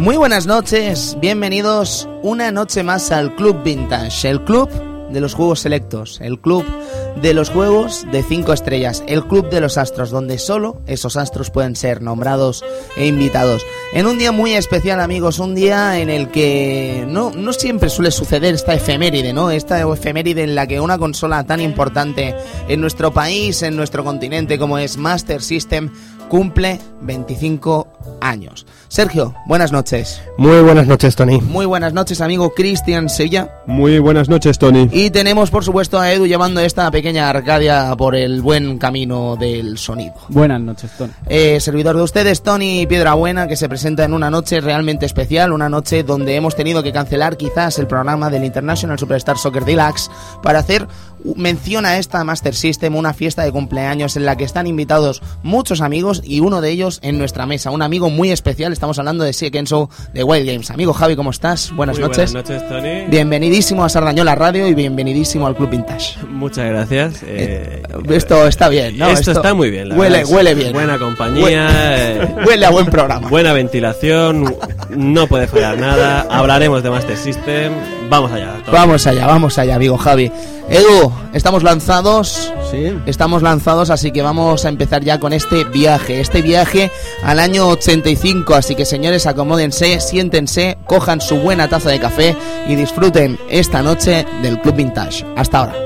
Muy buenas noches, bienvenidos una noche más al Club Vintage, el club de los juegos selectos, el club de los juegos de 5 estrellas, el club de los astros, donde solo esos astros pueden ser nombrados e invitados. En un día muy especial, amigos, un día en el que no siempre suele suceder esta efeméride, ¿no? Esta efeméride en la que una consola tan importante en nuestro país, en nuestro continente como es Master System, cumple 25 años. Sergio, buenas noches. Muy buenas noches, Tony. Muy buenas noches, amigo Cristian Sevilla. Muy buenas noches, Tony. Y tenemos, por supuesto, a Edu llevando esta pequeña Arcadia por el buen camino del sonido. Buenas noches, Tony. Servidor de ustedes, Tony Piedrabuena, que se presenta en una noche realmente especial, una noche donde hemos tenido que cancelar quizás el programa del International Superstar Soccer Deluxe para hacer mención a esta Master System, una fiesta de cumpleaños en la que están invitados muchos amigos y uno de ellos en nuestra mesa, un amigo muy especial. Estamos hablando de Kenzo de Wild Games. Amigo Javi, ¿cómo estás? Buenas noches. Buenas noches, Tony. Bienvenidísimo a Sardañola Radio y bienvenidísimo al Club Vintage. Muchas gracias. Esto está bien, ¿no? Esto está muy bien. Huele bien. Buena compañía. Huele a buen programa. Buena ventilación. No puede fallar nada. Hablaremos de Master System. Vamos allá, Tony. Vamos allá, amigo Javi. Edu, estamos lanzados. Sí. Estamos lanzados, así que vamos a empezar ya con este viaje al año 85. Así que, señores, acomódense, siéntense, cojan su buena taza de café y disfruten esta noche del Club Vintage. Hasta ahora.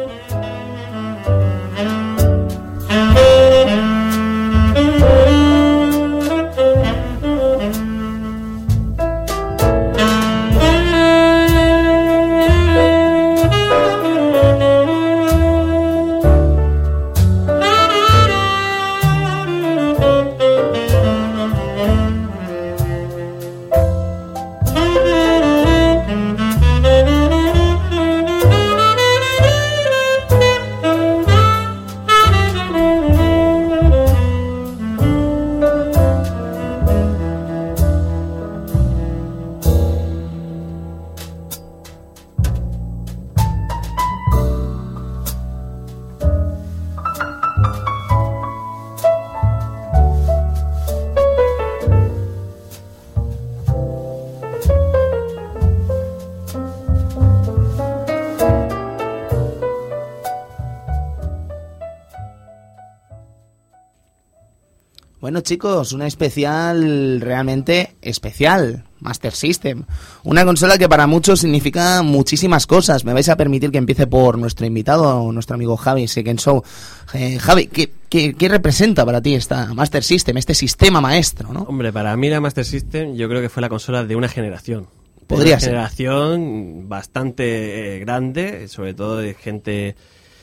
Bueno, chicos, una especial, realmente especial, Master System. Una consola que para muchos significa muchísimas cosas. Me vais a permitir que empiece por nuestro invitado, nuestro amigo Javi Sekenso. Javi, ¿qué representa para ti esta Master System, este sistema maestro, ¿no? Hombre, para mí la Master System yo creo que fue la consola de una generación. Podría ser. Una generación bastante grande, sobre todo de gente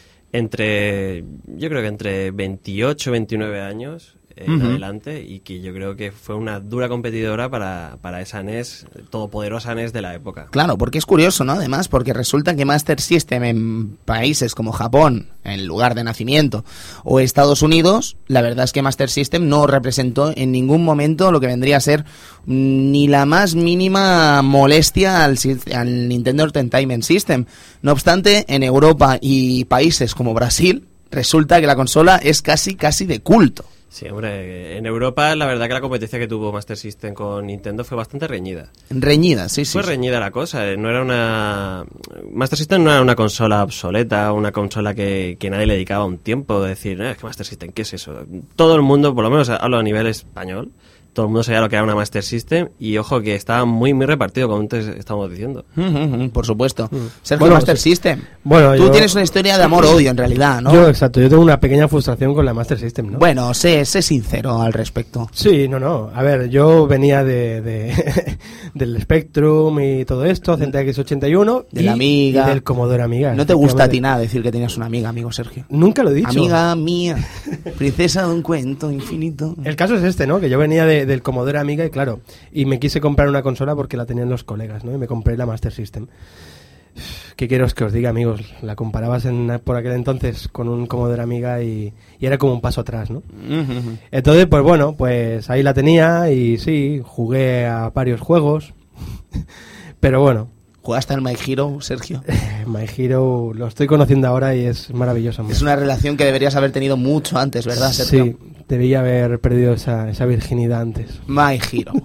yo creo que entre 28 y 29 años... en adelante, y que yo creo que fue una dura competidora para esa NES, todopoderosa NES de la época. Claro, porque es curioso, ¿no? Además, porque resulta que Master System en países como Japón, en lugar de nacimiento, o Estados Unidos, la verdad es que Master System no representó en ningún momento lo que vendría a ser ni la más mínima molestia al Nintendo Entertainment System. No obstante, en Europa y países como Brasil, resulta que la consola es casi de culto. Sí, hombre, en Europa la verdad que la competencia que tuvo Master System con Nintendo fue bastante reñida. Reñida, sí. Fue reñida la cosa, no era Master System no era una consola obsoleta, una consola que nadie le dedicaba un tiempo de decir, es que Master System, ¿qué es eso? Todo el mundo, por lo menos hablo a nivel español, todo el mundo sabía lo que era una Master System y ojo que estaba muy repartido, como antes estábamos diciendo. Por supuesto. Sergio, bueno, Master System. Bueno, tú tienes una historia de amor-odio en realidad, ¿no? Yo tengo una pequeña frustración con la Master System, ¿no? Bueno, sé sincero al respecto. Sí, a ver, yo venía del Spectrum y todo esto, ZX81 de la Amiga y del Commodore Amiga. ¿No te gusta a ti nada decir que tenías una amiga, amigo Sergio? Nunca lo he dicho. Amiga mía, princesa de un cuento infinito. El caso es este, ¿no? Que yo venía del Commodore Amiga y claro, y me quise comprar una consola porque la tenían los colegas, ¿no? Y me compré la Master System. ¿Qué quiero que os diga, amigos? La comparabas por aquel entonces con un Commodore Amiga y era como un paso atrás, ¿no? Entonces, pues bueno, pues ahí la tenía y sí, jugué a varios juegos, pero bueno. ¿Jugaste al My Hero, Sergio? My Hero lo estoy conociendo ahora y es maravilloso. Es una relación que deberías haber tenido mucho antes, ¿verdad, Sergio? Sí, debía haber perdido esa virginidad antes. My Hero.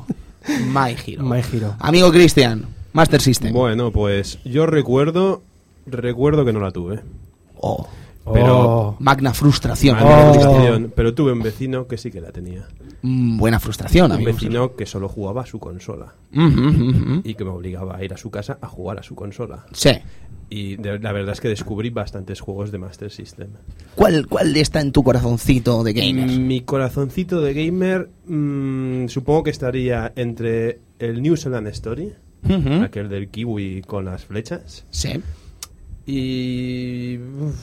My Hero. My Hero. Amigo Cristian, Master System. Bueno, pues yo recuerdo que no la tuve. Oh, Pero magna frustración. Mala frustración, pero tuve un vecino que sí que la tenía. Buena frustración, Un amigo. vecino que solo jugaba a su consola Ujú. y que me obligaba a ir a su casa a jugar a su consola. Sí. Y la verdad es que descubrí bastantes juegos de Master System. ¿Cuál está en tu corazoncito de gamer? Mi corazoncito de gamer supongo que estaría entre el New Zealand Story, Ujú. aquel del kiwi con las flechas, Sí. y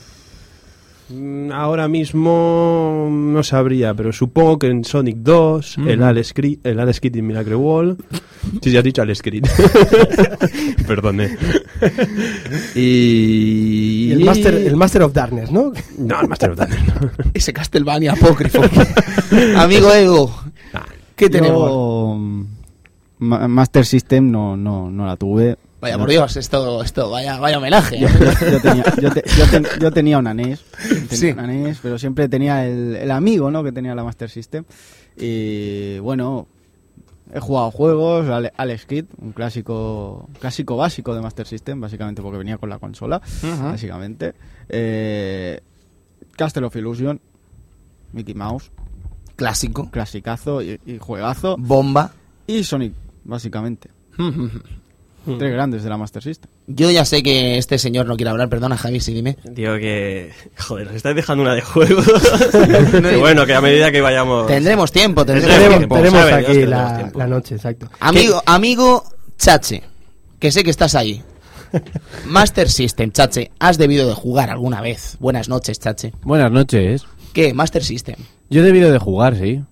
ahora mismo no sabría, pero supongo que en Sonic 2, el Alex Kidd in Miracle World. Sí, ya has dicho Alex Kidd. Perdone. Y el Master of Darkness, ¿no? No, el Master of Darkness no. Ese Castlevania apócrifo. Amigo Ego, ¿qué tenemos? Yo, Master System no la tuve. Vaya por Dios, esto vaya homenaje. Yo tenía una NES, Sí. una NES, pero siempre tenía el amigo, ¿no?, que tenía la Master System. Y bueno, he jugado juegos, Alex Kidd, un clásico básico de Master System, básicamente porque venía con la consola, básicamente. Castle of Illusion, Mickey Mouse, Clásico. clasicazo y juegazo. Bomba. Y Sonic, básicamente. Tres grandes de la Master System. Yo ya sé que este señor no quiere hablar, perdona Javi, sí, dime. Digo que... Joder, os estáis dejando una de juego. Que bueno, que a medida que vayamos... Tendremos tiempo. Tendremos tiempo. Tenemos sabe Dios aquí que tenemos tiempo. la noche, exacto. Amigo Chache, que sé que estás ahí. Master System, Chache, has debido de jugar alguna vez. Buenas noches, Chache. Buenas noches. ¿Qué? Master System. Yo he debido de jugar, sí.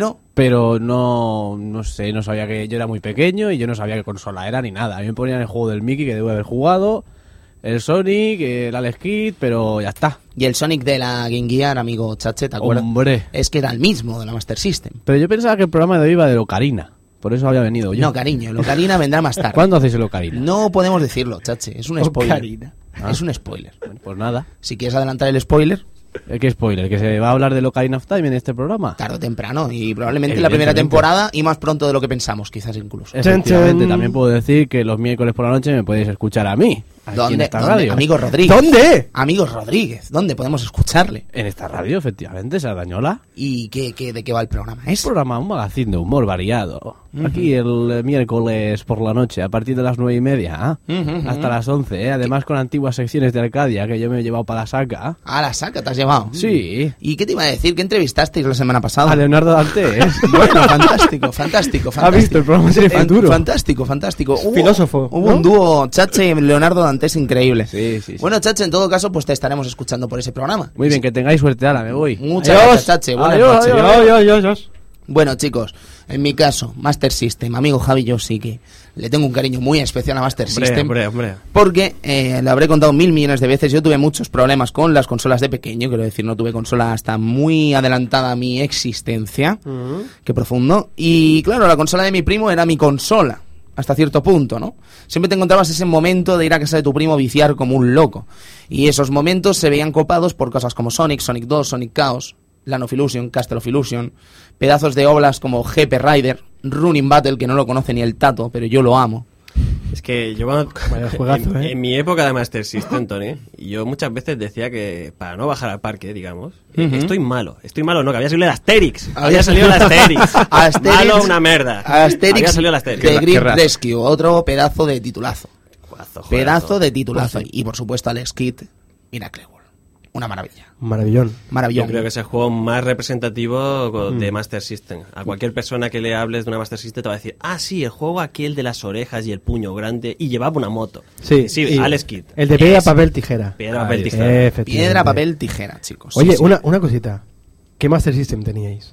Pero no sé, no sabía que yo era muy pequeño y yo no sabía qué consola era ni nada. A mí me ponían el juego del Mickey que debo haber jugado, el Sonic, el Alex Kidd, pero ya está. y el Sonic de la Game Gear, amigo Chache, ¿te acuerdas? Hombre. Es que era el mismo de la Master System. Pero yo pensaba que el programa de hoy iba de Ocarina. Por eso había venido yo. No, cariño, el Ocarina vendrá más tarde. ¿Cuándo hacéis el Ocarina? No podemos decirlo, Chache, es un spoiler. Ocarina. Es un spoiler. Bueno, pues nada. Si quieres adelantar el spoiler, ¿Qué spoiler? ¿Que se va a hablar del Ocarina of Time en este programa? tarde o temprano, y probablemente la primera Evidentemente. temporada y más pronto de lo que pensamos, quizás incluso. Efectivamente, Chan. también puedo decir que los miércoles por la noche me podéis escuchar a mí. Aquí en esta radio. Amigo Rodríguez. ¿Dónde? Amigo Rodríguez, ¿dónde podemos escucharle? En esta radio, efectivamente, Sardañola. ¿Y de qué va el programa? Un programa, un magazine de humor variado. Aquí el miércoles por la noche, a partir de las 9:30, hasta las 11, Además con antiguas secciones de Arcadia que yo me he llevado para la saca. Ah, la saca, ¿te has llevado? Sí. ¿Y qué te iba a decir? ¿Qué entrevistasteis la semana pasada? A Leonardo Dantes. Bueno, fantástico. ¿Ha visto el programa Serie Futuro? Fantástico. Filósofo, Hubo ¿no? un dúo Chache y Leonardo Dantes increíble. Sí, sí. Bueno, Chache, en todo caso, pues te estaremos escuchando por ese programa. Muy bien, que tengáis suerte, ala, me voy. Muchas Adiós. gracias, Chache. Buenas Adiós, noches. Adiós. Bueno, chicos, en mi caso, Master System, amigo Javi, yo sí que le tengo un cariño muy especial a Master System. Hombre. Porque, lo habré contado 1000 millones de veces, yo tuve muchos problemas con las consolas de pequeño, quiero decir, no tuve consola hasta muy adelantada a mi existencia, qué profundo, y claro, la consola de mi primo era mi consola, hasta cierto punto, ¿no? Siempre te encontrabas ese momento de ir a casa de tu primo viciar como un loco, y esos momentos se veían copados por cosas como Sonic, Sonic 2, Sonic Chaos, Land of Illusion, Castle of Illusion, pedazos de obras como GP Rider, Running Battle, que no lo conoce ni el Tato, pero yo lo amo. Es que yo cuando- Vaya juegazo, en mi época de Master System, Tony, yo muchas veces decía que para no bajar al parque, digamos, estoy malo no, que había salido el Asterix. Había salido el Asterix. Malo una merda. Asterix Había salido el Asterix. de Grid raza. Rescue, otro pedazo de titulazo. Juegazo, Pedazo juegazo. de titulazo. Y por supuesto Alex Kidd, Miracle World. Una maravilla. Maravillón. Yo Maravillón. creo que es el juego más representativo de Master System. A cualquier persona que le hables de una Master System te va a decir, ah, sí, el juego aquel de las orejas y el puño grande y llevaba una moto. Sí, Sí, y Alex Kidd. El de piedra, Ese. papel, tijera. Piedra, papel, Ahí está. tijera. Efectivamente. Piedra, papel, tijera, chicos. Oye, Sí, sí. una cosita. ¿Qué Master System teníais?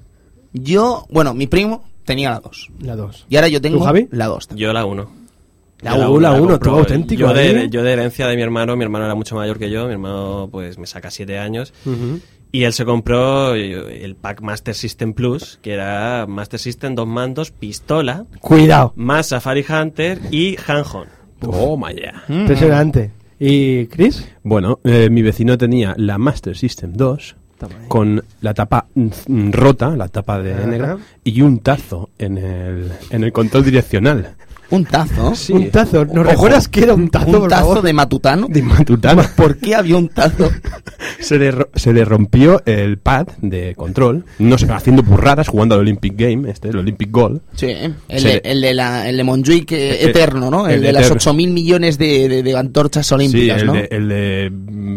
Yo, bueno, mi primo tenía la 2. La 2. Y ahora yo tengo ¿Tú, Javi? la 2. Yo la 1. La uno, tú auténtico, Yo ¿eh? de herencia de mi hermano era mucho mayor que yo, mi hermano pues me saca 7 años, y él se compró el pack Master System Plus, que era Master System, 2 mandos, pistola, Cuidado. más Safari Hunter y handheld. Toma ya. Impresionante. ¿Y Chris? Bueno, mi vecino tenía la Master System 2 con la tapa rota, la tapa de Ajá. negra, y un tazo en el control direccional. Un tazo. Sí. Un tazo. ¿Nos Ojo, recuerdas que era un tazo, un por tazo favor? de matutano. De matutano. ¿Por qué había un tazo? Se le rompió el pad de control, no sé, haciendo burradas, jugando al Olympic Game, el Olympic Goal. Sí, el Se de Montjuic eterno, ¿no? El de las eterno. 8.000 millones de antorchas olímpicas, Sí, ¿no? el de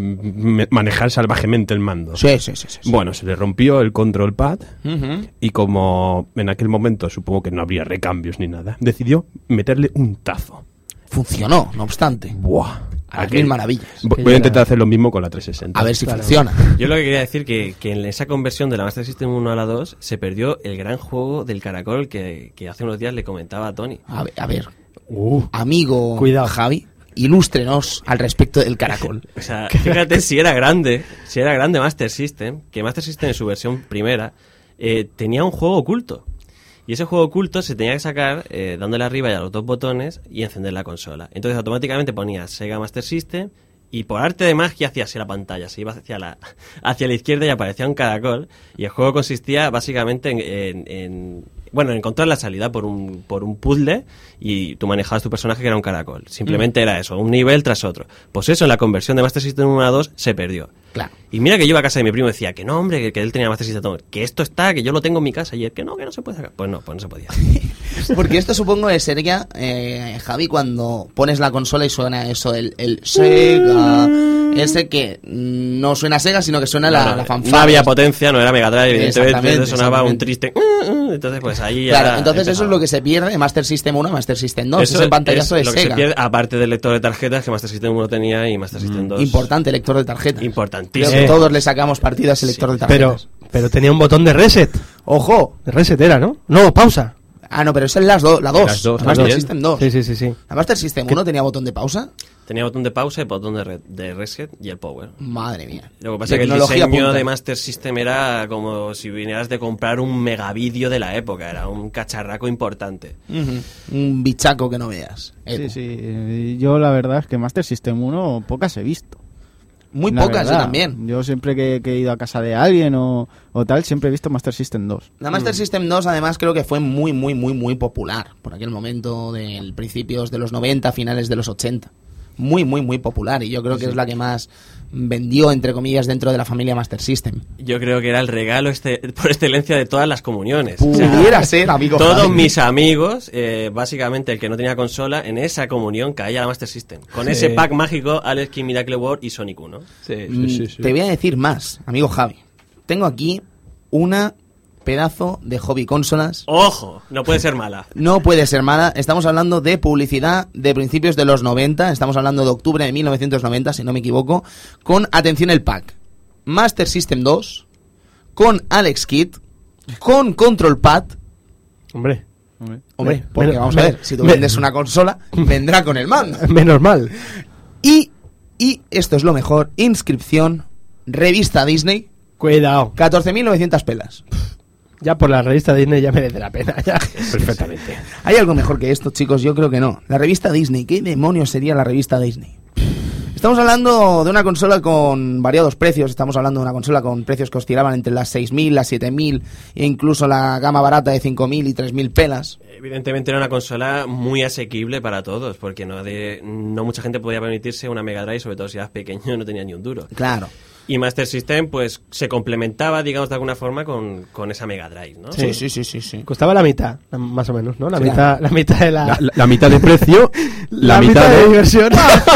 manejar salvajemente el mando. Sí. Bueno, se le rompió el control pad Ujú. y como en aquel momento supongo que no habría recambios ni nada, decidió meterle un tazo. Funcionó, no obstante. ¡Buah! A las mil maravillas. Voy a intentar hacer lo mismo con la 360. A ver si funciona. Yo lo que quería decir que en esa conversión de la Master System 1 a la 2 se perdió el gran juego del caracol que hace unos días le comentaba a Tony. A ver. Amigo Cuidado. Javi, ilústrenos al respecto del caracol. O sea, fíjate si era grande Master System, que Master System en su versión primera tenía un juego oculto. Y ese juego oculto se tenía que sacar dándole arriba y a los dos botones y encender la consola. Entonces automáticamente ponía Sega Master System y por arte de magia hacía así la pantalla, se iba hacia la izquierda y aparecía un caracol. Y el juego consistía básicamente en encontrar la salida por un puzzle y tú manejabas tu personaje que era un caracol. Simplemente era eso, un nivel tras otro. Pues eso en la conversión de Master System 1 a 2 se perdió. Claro. Y mira que yo iba a casa de mi primo y decía que no, hombre, que él tenía Master System 2, que esto está, que yo lo tengo en mi casa, y él que no se puede sacar. Pues no se podía. Porque esto supongo que sería, Javi, cuando pones la consola y suena eso, el Sega, ese que no suena Sega, sino que suena la fanfarria. No había potencia, no era Mega Drive, evidentemente, Exactamente, sonaba un exactamente. triste. Entonces, pues ahí Claro, ya entonces eso empezaba. es lo que se pierde de Master System 1 a Master System 2, Eso ese pantallazo de es lo que se Sega. pierde, aparte del lector de tarjetas que Master System 1 tenía y Master System 2. Importante lector de tarjetas. Importantísimo. Creo que todos le sacamos partido a ese lector de tarjetas. Pero tenía un botón de reset. ¡Ojo! De reset era, ¿no? No, pausa. Ah, no, pero esa es la 2. Las dos La Master también. System 2. Sí. ¿La Master System 1 tenía botón de pausa? Tenía botón de pausa y botón de reset y el power. Madre mía. Lo que pasa es que el Tecnología diseño punta. de Master System era como si vinieras de comprar un megavídeo de la época. Era un cacharraco importante. Ujú. Un bichaco que no veas. Sí. Yo la verdad es que Master System 1 pocas he visto. Muy La pocas, yo verdad. también. Yo siempre que he ido a casa de alguien o tal, siempre he visto Master System 2. La Master System 2 además creo que fue muy popular por aquel momento del principios de los 90, finales de los 80. Muy popular y yo creo que es la que más vendió, entre comillas, dentro de la familia Master System. Yo creo que era el regalo por excelencia de todas las comuniones. O sea, Pudiera ser, amigo todos Javi. mis amigos, básicamente el que no tenía consola, en esa comunión caía la Master System. Con ese pack mágico, Alex Kidd, Miracle World y Sonic 1. Te voy a decir más, amigo Javi. Tengo aquí una pedazo de hobby consolas. ¡Ojo! No puede ser mala. No puede ser mala. Estamos hablando de publicidad de principios de los 90. Estamos hablando de octubre de 1990, si no me equivoco. Con, atención, el pack. Master System 2. Con Alex Kidd. Con Control Pad. Hombre, Hombre, porque menos- vamos a ver, si tú vendes una consola, vendrá con el mando. menos mal. Y esto es lo mejor, inscripción, revista Disney, Cuidado. 14.900 pelas. Ya por la revista Disney ya merece la pena. Ya. Perfectamente. ¿Hay algo mejor que esto, chicos? Yo creo que no. La revista Disney, ¿qué demonios sería la revista Disney? Estamos hablando de una consola con variados precios. Estamos hablando de una consola con precios que oscilaban entre las 6.000, las 7.000 e incluso la gama barata de 5.000 y 3.000 pelas. Evidentemente era una consola muy asequible para todos, porque no mucha gente podía permitirse una Mega Drive, sobre todo si eras pequeño y no tenía ni un duro. Claro. Y Master System, pues, se complementaba, digamos, de alguna forma con esa Mega Drive, ¿no? Sí. Costaba la mitad, más o menos, ¿no? La Claro. mitad de la... La mitad de precio, la mitad de de... diversión.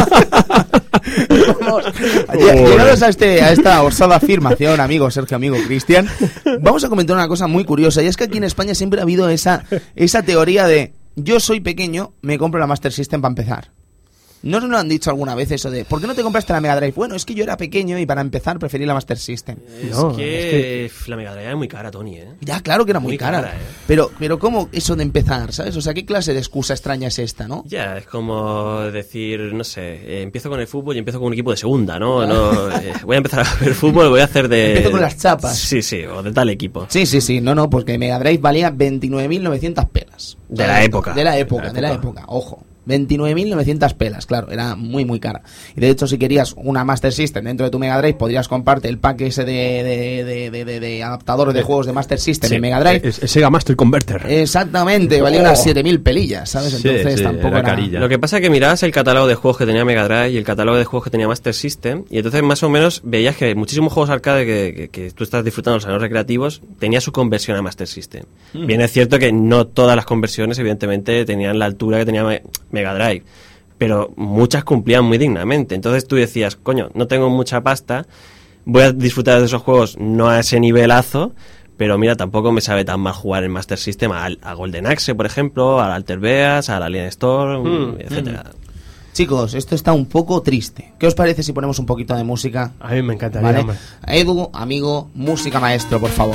Vamos, llegados a esta osada afirmación, amigo Sergio, amigo Cristian, vamos a comentar una cosa muy curiosa, y es que aquí en España siempre ha habido esa teoría de yo soy pequeño, me compro la Master System para empezar. ¿No nos lo han dicho alguna vez eso de ¿por qué no te compraste la Mega Drive? Bueno, es que yo era pequeño y para empezar preferí la Master System. No, La Mega Drive era muy cara, Tony, ¿eh? Ya, claro que era muy Muy cara. cara, Pero ¿cómo eso de empezar, sabes? O sea, ¿qué clase de excusa extraña es esta, no? Ya, es como decir, no sé, empiezo con el fútbol y empiezo con un equipo de segunda, ¿no? Voy a empezar a ver fútbol, voy a hacer de... Empiezo con las chapas. Sí, o de tal equipo. Sí, no, porque Mega Drive valía 29.900 pelas. De la época. De la época, ojo. 29.900 pelas, claro, era muy muy cara. Y de hecho, si querías una Master System dentro de tu Mega Drive, podrías comprarte el pack ese de adaptadores de juegos de Master System Sí, en Mega Drive. es Sega Master Converter. Exactamente, valía unas 7.000 pelillas, ¿sabes? Sí, Entonces sí, tampoco era era... carilla. Lo que pasa es que mirabas el catálogo de juegos que tenía Mega Drive y el catálogo de juegos que tenía Master System, y entonces más o menos veías que muchísimos juegos arcade que tú estás disfrutando en los salones recreativos tenía su conversión a Master System. Bien, es cierto que no todas las conversiones evidentemente tenían la altura que tenía Mega Drive, pero muchas cumplían muy dignamente. Entonces tú decías, coño, no tengo mucha pasta, voy a disfrutar de esos juegos no a ese nivelazo, pero mira, tampoco me sabe tan mal jugar en Master System a Golden Axe, por ejemplo, al Alter Beast, al Alien Storm, etcétera. Chicos, esto está un poco triste. ¿Qué os parece si ponemos un poquito de música? A mí me encantaría, ¿Vale? hombre. Edu, amigo, música maestro, por favor.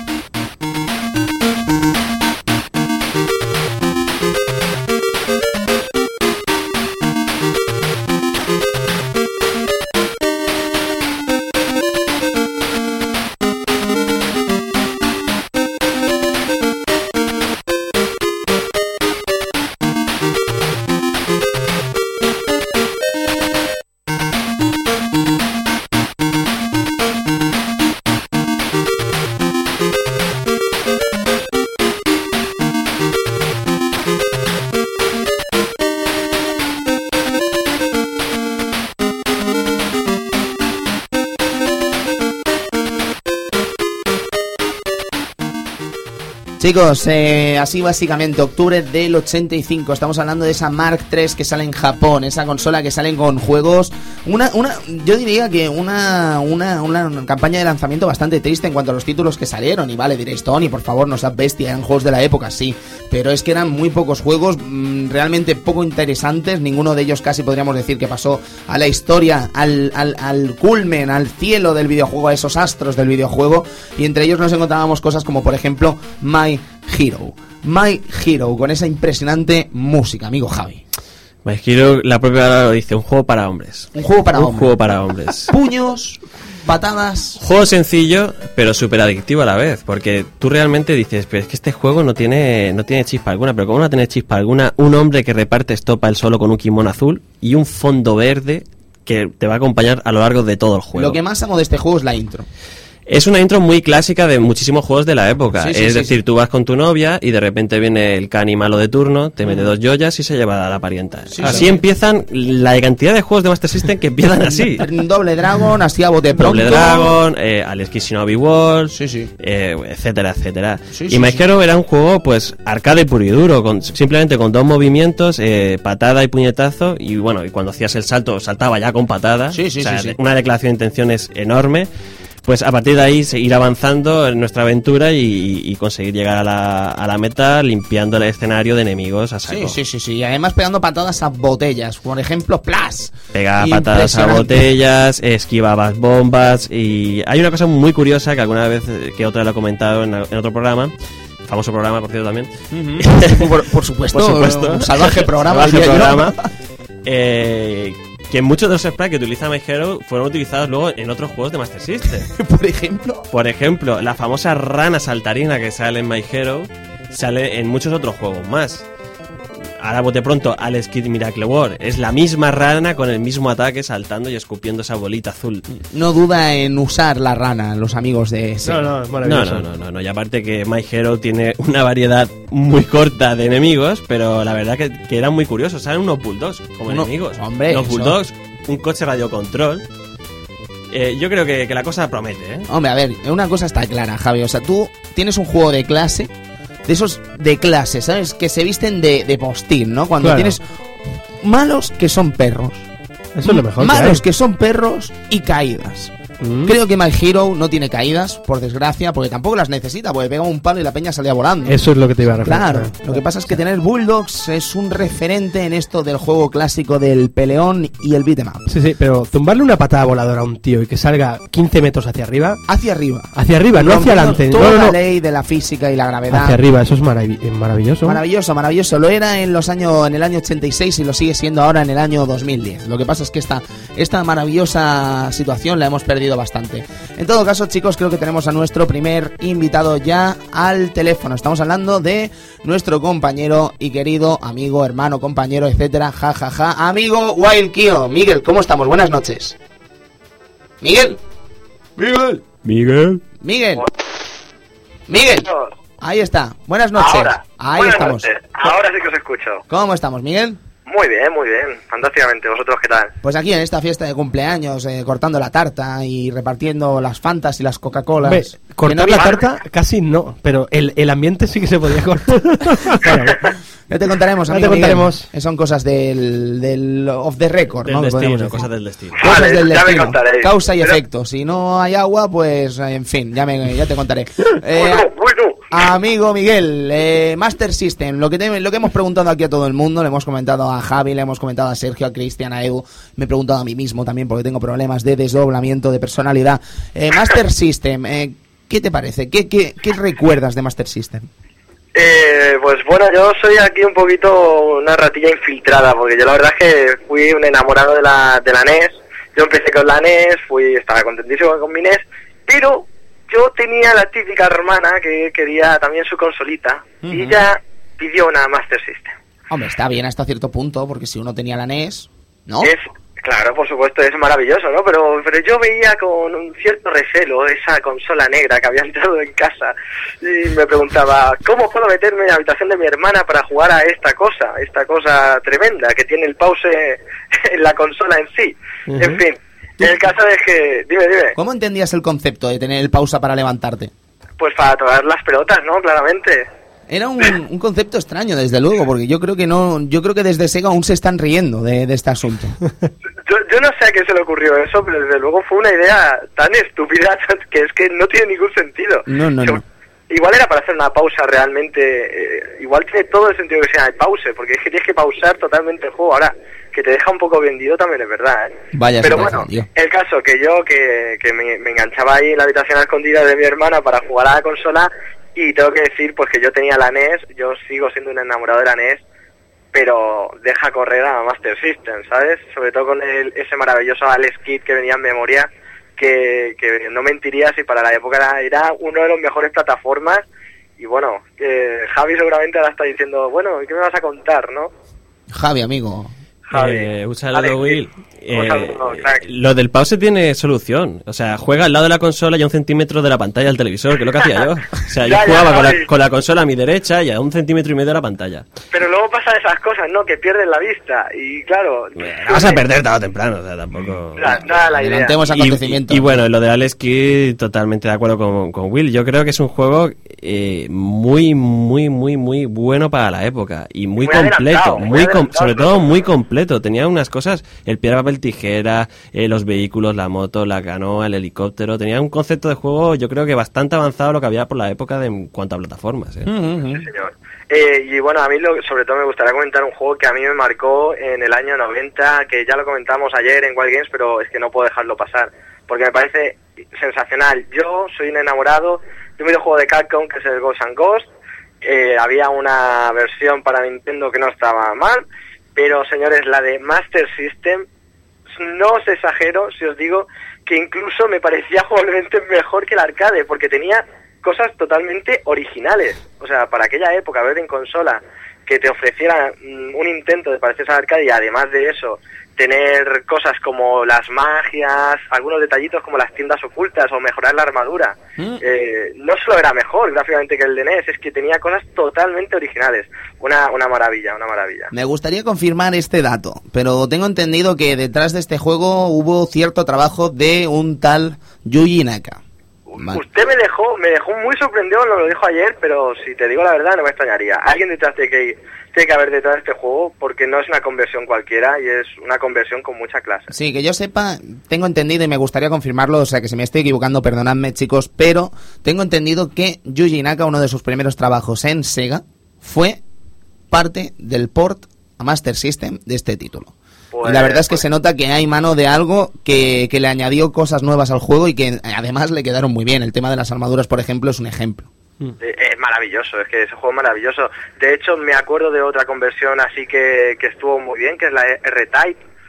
Chicos, así básicamente, octubre del 85, estamos hablando de esa Mark III que sale en Japón, esa consola que sale con juegos, yo diría que una campaña de lanzamiento bastante triste en cuanto a los títulos que salieron, y vale, diréis, Tony, por favor, no seas bestia, eran juegos de la época, sí, pero es que eran muy pocos juegos, realmente poco interesantes, ninguno de ellos casi podríamos decir que pasó a la historia, al culmen, al cielo del videojuego, a esos astros del videojuego, y entre ellos nos encontrábamos cosas como, por ejemplo, My Hero, con esa impresionante música, amigo Javi. My Hero, la propia palabra lo dice, un juego para hombres. Un juego para hombres. juego para hombres. Puños, patadas. Juego sencillo, pero súper adictivo a la vez, porque tú realmente dices, pero es que este juego no tiene chispa alguna, pero ¿cómo no tiene chispa alguna? Un hombre que reparte estopa él solo con un kimono azul y un fondo verde que te va a acompañar a lo largo de todo el juego. Lo que más amo de este juego es la intro. Es una intro muy clásica de muchísimos juegos de la época. Sí, es decir, tú vas con tu novia y de repente viene el cani malo de turno, te mete 2 joyas y se lleva a la parienta. Así empiezan la cantidad de juegos de Master System que empiezan así. Doble Dragon, así a bote pronto. Doble Dragon, Alex Kidd Shinobi World, Sí. etcétera, etcétera. Sí, y My Hero era un juego, pues, arcade puro y duro, simplemente con 2 movimientos, patada y puñetazo, y bueno, y cuando hacías el salto, saltaba ya con patada. Sí. Una declaración de intenciones enorme. Pues a partir de ahí seguir avanzando en nuestra aventura y conseguir llegar a la meta limpiando el escenario de enemigos a saco. Sí. Y además pegando patadas a botellas. Por ejemplo, Plas. Pega patadas a Impresionante. botellas, esquivabas bombas. Y hay una cosa muy curiosa que alguna vez que otra lo he comentado en otro programa. Famoso programa, por cierto, también. Por supuesto. Por supuesto. Un salvaje programa. Salvaje diría yo. programa. Que muchos de los sprites que utiliza My Hero fueron utilizados luego en otros juegos de Master System. Por ejemplo. Por ejemplo, la famosa rana saltarina que sale en My Hero sale en muchos otros juegos más. Ahora bote pronto, Alex Kidd Miracle World. Es la misma rana con el mismo ataque saltando y escupiendo esa bolita azul. No duda en usar la rana, los amigos de ese. No, es maravilloso. No. Y aparte que My Hero tiene una variedad muy corta de enemigos, pero la verdad que eran muy curiosos. Salen unos bulldogs como enemigos. Hombre, los eso. bulldogs, un coche radiocontrol. Yo creo que la cosa promete, ¿eh? Hombre, a ver, una cosa está clara, Javi. O sea, tú tienes un juego de clase, de esos de clase, ¿sabes? Que se visten de postín, ¿no? Cuando Claro. tienes malos que son perros. Eso es lo mejor. Malos que son perros y caídas. Creo que My Hero no tiene caídas, por desgracia, porque tampoco las necesita, porque pega un palo y la peña salía volando. Eso es lo que te iba a referir. Claro, lo que pasa es que tener Bulldogs es un referente en esto del juego clásico del peleón y el beat'em up. Sí, pero zumbarle una patada voladora a un tío y que salga 15 metros hacia arriba, Hacia arriba. no hacia Rompiendo adelante. Toda No. la ley de la física y la gravedad. Hacia arriba, eso es maravilloso. Maravilloso. Lo era en el año 86 y lo sigue siendo ahora en el año 2010. Lo que pasa es que esta maravillosa situación la hemos perdido querido bastante. En todo caso, chicos, creo que tenemos a nuestro primer invitado ya al teléfono. Estamos hablando de nuestro compañero y querido amigo, hermano, compañero, etcétera, jajaja, amigo Wild Kio. Miguel, ¿cómo estamos? Buenas noches. Miguel. Miguel. Ahí está. Buenas noches. Ahí buenas estamos. Noches. Ahora sí que os escucho. ¿Cómo estamos, Miguel? Muy bien, fantásticamente. ¿Vosotros qué tal? Pues aquí en esta fiesta de cumpleaños, cortando la tarta y repartiendo las Fantas y las Coca-Colas. Ve, cortar la tarta casi no, pero el ambiente sí que se podía cortar. Bueno, ya te contaremos, amigo Miguel. Son cosas del off the record, del ¿no? destino, cosas del destino. Cosas Vale, del ya me destino. contaréis. Causa y efecto. Si no hay agua, pues en fin, ya te contaré. Bueno. Amigo Miguel, Master System, lo que hemos preguntado aquí a todo el mundo, le hemos comentado a Javi, le hemos comentado a Sergio, a Cristian, a Edu, me he preguntado a mí mismo también porque tengo problemas de desdoblamiento de personalidad. Master System, ¿qué te parece? ¿Qué recuerdas de Master System? Pues bueno, yo soy aquí un poquito una ratilla infiltrada, porque yo la verdad es que fui un enamorado de la NES. Yo empecé con la NES, estaba contentísimo con mi NES, pero yo tenía la típica hermana que quería también su consolita, y ella pidió una Master System. Hombre, está bien hasta cierto punto, porque si uno tenía la NES, ¿no? Claro, por supuesto, es maravilloso, ¿no? Pero yo veía con un cierto recelo esa consola negra que había entrado en casa y me preguntaba, ¿cómo puedo meterme en la habitación de mi hermana para jugar a esta cosa tremenda que tiene el pause en la consola en sí? En fin, el caso es que... Dime. ¿Cómo entendías el concepto de tener el pausa para levantarte? Pues para tocar las pelotas, ¿no? Claramente. Era un concepto extraño, desde luego, porque yo creo que desde Sega aún se están riendo de este asunto. Yo no sé a quién se le ocurrió eso, pero desde luego fue una idea tan estúpida que es que no tiene ningún sentido. No. Igual era para hacer una pausa realmente, igual tiene todo el sentido que sea el pause, porque es que tienes que pausar totalmente el juego. Ahora, que te deja un poco vendido también es verdad, ¿eh? Vaya, pero bueno, el caso que yo que me enganchaba ahí en la habitación a escondidas de mi hermana para jugar a la consola, y tengo que decir pues que yo tenía la NES, yo sigo siendo un enamorado de la NES, pero deja correr a Master System, ¿sabes? Sobre todo con ese maravilloso Alex Kidd que venía en memoria, que no mentiría si para la época era uno de los mejores plataformas. Y bueno, Javi seguramente ahora está diciendo, bueno, ¿qué me vas a contar, no? Javi, amigo. Un saludo, Will. Lo del pause tiene solución. O sea, juega al lado de la consola y a 1 centímetro de la pantalla del televisor, que es lo que hacía yo. O sea, yo jugaba con la consola a mi derecha y a 1,5 centímetros de la pantalla. Pero luego pasan esas cosas, ¿no? Que pierden la vista. Y claro... La vas a perder tarde o temprano, o sea, tampoco... Nada, la idea. Adelantemos acontecimientos. Y bueno, lo de Alex Kidd, totalmente de acuerdo con Will. Yo creo que es un juego muy bueno para la época. Y muy completo. Sobre todo muy completo. Tenía unas cosas, el piedra, papel, tijera, los vehículos, la moto, la canoa, el helicóptero. Tenía un concepto de juego, yo creo que bastante avanzado lo que había por la época en cuanto a plataformas. Sí, señor. Y bueno, a mí sobre todo me gustaría comentar un juego que a mí me marcó en el año 90, que ya lo comentamos ayer en Wild Games, pero es que no puedo dejarlo pasar, porque me parece sensacional. Yo soy un enamorado de un videojuego de Capcom que es el Ghosts and Ghosts. Había una versión para Nintendo que no estaba mal, pero señores, la de Master System, no os exagero si os digo que incluso me parecía jugablemente mejor que el arcade, porque tenía cosas totalmente originales. O sea, para aquella época, ver en consola que te ofreciera un intento de parecerse al arcade, y además de eso tener cosas como las magias, algunos detallitos como las tiendas ocultas o mejorar la armadura. No solo era mejor gráficamente que el de NES, es que tenía cosas totalmente originales. Una maravilla. Me gustaría confirmar este dato, pero tengo entendido que detrás de este juego hubo cierto trabajo de un tal Yuji Naka. Vale. Usted me dejó muy sorprendido, lo dijo ayer, pero si te digo la verdad no me extrañaría. Alguien detrás tiene que haber detrás de este juego, porque no es una conversión cualquiera y es una conversión con mucha clase. Sí, que yo sepa, tengo entendido y me gustaría confirmarlo, o sea que si me estoy equivocando, perdonadme chicos, pero tengo entendido que Yuji Naka, uno de sus primeros trabajos en Sega, fue parte del port a Master System de este título. Y la verdad es que se nota que hay mano de algo que le añadió cosas nuevas al juego y que además le quedaron muy bien. El tema de las armaduras, por ejemplo, es un ejemplo. Es maravilloso, es que ese juego es maravilloso. De hecho, me acuerdo de otra conversión así que estuvo muy bien, que es la R-Type,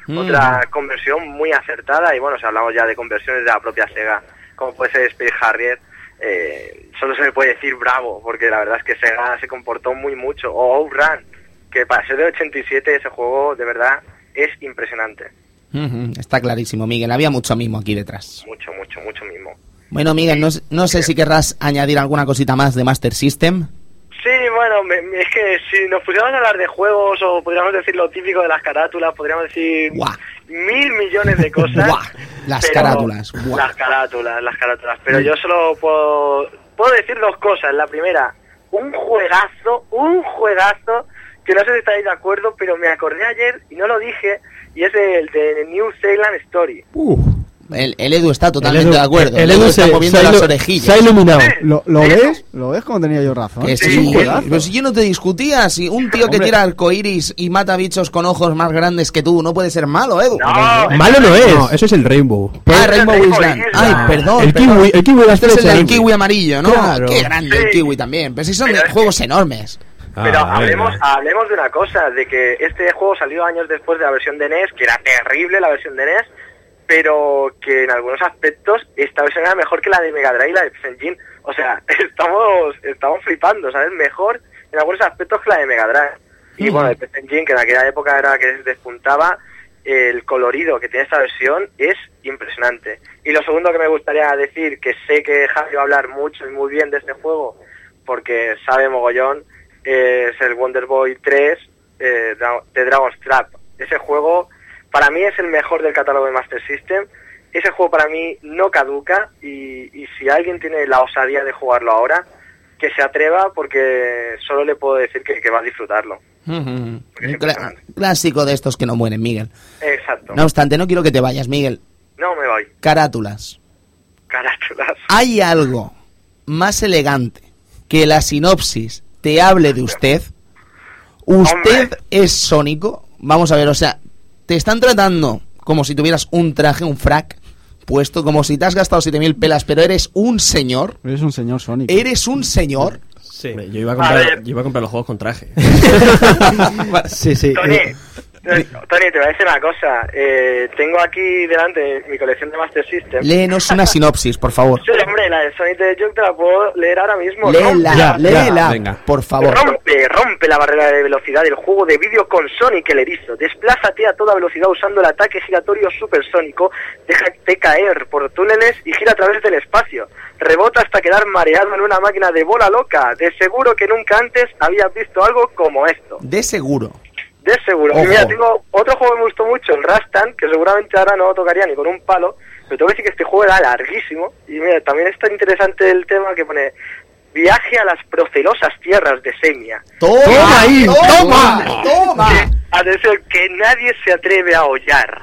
otra conversión muy acertada. Y bueno, si hablamos ya de conversiones de la propia Sega, como puede ser Space Harrier, solo se le puede decir bravo, porque la verdad es que Sega se comportó muy mucho. O Outrun, que para ser de 87 ese juego de verdad es impresionante. Está clarísimo, Miguel. Había mucho mimo aquí detrás. Mucho mismo. Bueno, Miguel, no sé si querrás añadir alguna cosita más de Master System. Sí, bueno, es que si nos pusiéramos a hablar de juegos, o podríamos decir lo típico de las carátulas, podríamos decir mil millones de cosas. Las carátulas. Las carátulas. Pero yo solo puedo decir dos cosas. La primera, un juegazo, que no sé si estáis de acuerdo, pero me acordé ayer y no lo dije, y es el de New Zealand Story. El Edu está totalmente de acuerdo. El Edu está moviendo las orejillas. Se ha iluminado. ¿Lo ves? ¿Lo ves como tenía yo razón? Que sí, pero si yo no te discutía, si un tío que tira arcoiris y mata bichos con ojos más grandes que tú no puede ser malo, Edu. Malo no es. No, eso es el Rainbow. Rainbow Island. Ay, perdón. El kiwi de las flechas. Este es el del kiwi amarillo, ¿no? Claro. Qué grande el kiwi también. Pero si son juegos enormes. Pero hablemos de una cosa, de que este juego salió años después de la versión de NES, que era terrible la versión de NES, pero que en algunos aspectos esta versión era mejor que la de Mega Drive y la de PC Engine. O sea, estamos flipando, ¿sabes? Mejor en algunos aspectos que la de Mega Drive. Y bueno, el PC Engine, que en aquella época era que despuntaba, el colorido que tiene esta versión es impresionante. Y lo segundo que me gustaría decir, que sé que Javi va a hablar mucho y muy bien de este juego, porque sabe mogollón, es el Wonder Boy 3 de Dragon's Trap. Ese juego para mí es el mejor del catálogo de Master System. Ese juego para mí no caduca, y si alguien tiene la osadía de jugarlo ahora, que se atreva, porque solo le puedo decir que va a disfrutarlo. Un clásico de estos que no mueren, Miguel. Exacto. No obstante, no quiero que te vayas, Miguel. No me voy. Carátulas. Carátulas. ¿Hay algo más elegante que la sinopsis te hable de usted? ¿Usted Hombre. es Sónico? Vamos a ver, o sea, te están tratando como si tuvieras un traje, un frac puesto, como si te has gastado 7.000 pelas, pero eres un señor. Eres un señor Sonic. ¿Eres un señor? Sí. Hombre, yo iba a comprar los juegos con traje. Sí. Tony, te voy a decir una cosa. Tengo aquí delante mi colección de Master System. Léenos una sinopsis, por favor. Sí, hombre, la de Sonic the Hedgehog te la puedo leer ahora mismo. Léela, venga. por favor. Rompe la barrera de velocidad del juego de vídeo con Sonic el erizo. Desplázate a toda velocidad usando el ataque giratorio supersónico. Déjate caer por túneles y gira a través del espacio. Rebota hasta quedar mareado en una máquina de bola loca. De seguro que nunca antes habías visto algo como esto. De seguro. De seguro. Ojo. Y mira, tengo otro juego que me gustó mucho, el Rastan, que seguramente ahora no lo tocaría ni con un palo, pero tengo que decir que este juego era larguísimo. Y mira, también está interesante el tema que pone: viaje a las procelosas tierras de Semia. ¡Toma ahí! ¡Toma! Atención, que nadie se atreve a hollar.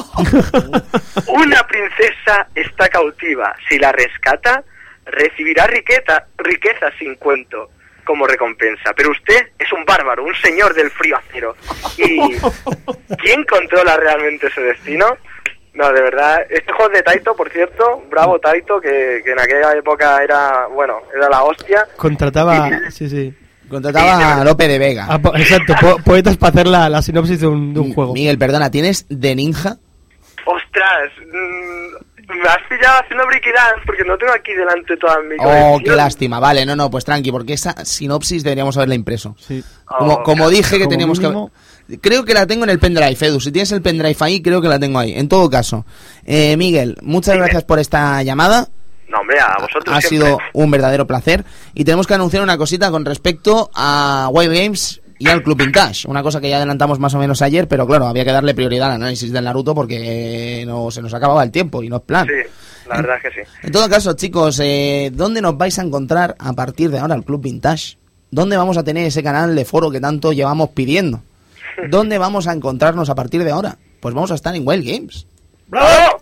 Una princesa está cautiva. Si la rescata, recibirá riqueza sin cuento como recompensa. Pero usted es un bárbaro, un señor del frío acero. ¿Y quién controla realmente ese destino? No, de verdad, este juego es de Taito, por cierto, bravo Taito, que en aquella época era la hostia. Contrataba A Lope de Vega. Exacto, poetas para hacer la sinopsis de un juego. Miguel, perdona, ¿tienes de ninja? Ostras, me has pillado haciendo Breaky Dance porque no tengo aquí delante toda mi Oh, colección. qué lástima. Vale, no, pues tranqui, porque esa sinopsis deberíamos haberla impreso. Sí. Como dije que como teníamos mínimo. que... Creo que la tengo en el pendrive, Edu. Si tienes el pendrive ahí, creo que la tengo ahí. En todo caso, Miguel, muchas gracias por esta llamada. No, hombre, a vosotros Ha siempre. sido un verdadero placer. Y tenemos que anunciar una cosita con respecto a Wild Games y al Club Vintage. Una cosa que ya adelantamos más o menos ayer, pero claro, había que darle prioridad al análisis del Naruto porque se nos acababa el tiempo y no es plan. Sí, la verdad es que sí. En todo caso, chicos, ¿dónde nos vais a encontrar a partir de ahora el Club Vintage? ¿Dónde vamos a tener ese canal de foro que tanto llevamos pidiendo? ¿Dónde vamos a encontrarnos a partir de ahora? Pues vamos a estar en Wild Games. ¡Bravo!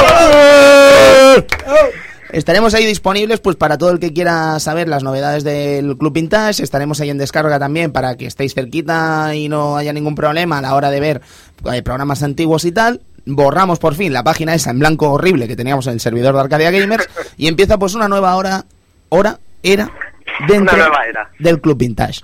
Estaremos ahí disponibles pues para todo el que quiera saber las novedades del Club Vintage. Estaremos ahí en descarga también para que estéis cerquita y no haya ningún problema a la hora de ver programas antiguos y tal. Borramos por fin la página esa en blanco horrible que teníamos en el servidor de Arcadia Gamers y empieza pues una nueva era dentro Una nueva era. del Club Vintage.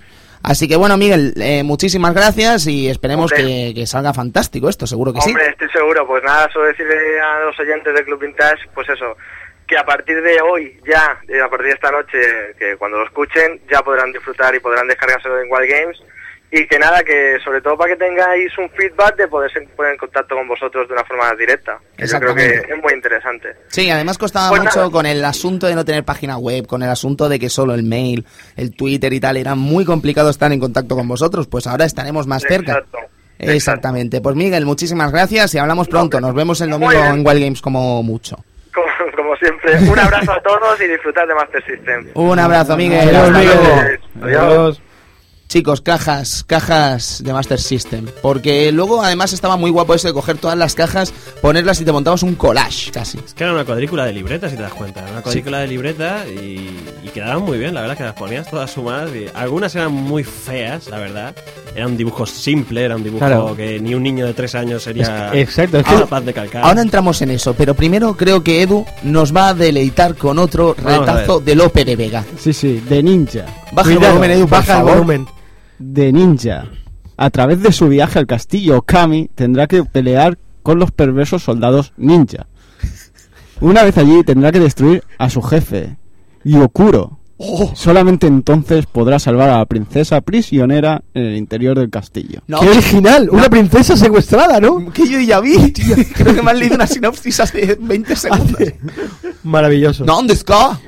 Así que bueno, Miguel, muchísimas gracias y esperemos Hombre. que salga fantástico esto, seguro que Hombre, estoy seguro. Pues nada, solo decirle a los oyentes de Club Vintage, pues eso, que a partir de hoy, ya, a partir de esta noche, que cuando lo escuchen, ya podrán disfrutar y podrán descargárselo en Wild Games. Y que nada, que sobre todo para que tengáis un feedback de poder poner en contacto con vosotros de una forma más directa. Que yo creo que es muy interesante. Sí, además costaba Pues mucho nada. con el asunto de no tener página web, con el asunto de que solo el mail, el Twitter y tal, era muy complicado estar en contacto con vosotros, pues ahora estaremos más cerca. Exacto. Exactamente. Pues Miguel, muchísimas gracias y hablamos pronto. Nos vemos el Muy domingo bien. en Wild Games como mucho. Como siempre, un abrazo a todos y disfrutad de Master System. Un abrazo, Miguel. Adiós, Hasta Miguel. luego. Adiós. Chicos, cajas de Master System. Porque luego además estaba muy guapo eso de coger todas las cajas, ponerlas y te montabas un collage casi. Es que era una cuadrícula de libretas, si te das cuenta. Era una cuadrícula de libreta y quedaban muy bien, la verdad, que las ponías todas sumadas. Y algunas eran muy feas, la verdad. Era un dibujo simple, era un dibujo Claro. que ni un niño de 3 años sería Exacto, es que capaz de calcar. Ahora entramos en eso, pero primero creo que Edu nos va a deleitar con otro Vamos a retazo de Lope de Vega. Sí, de ninja. Baja el Cuidado, volumen, Edu, por baja el favor. volumen. De ninja. A través de su viaje al castillo Okami tendrá que pelear con los perversos soldados ninja. Una vez allí tendrá que destruir a su jefe, Yokuro. Solamente entonces podrá salvar a la princesa prisionera en el interior del castillo. No, ¡Qué original! Una princesa secuestrada, ¿no? que yo ya vi, tío. Creo que me han leído una sinopsis hace 20 segundos. Maravilloso. No, ¿dónde está?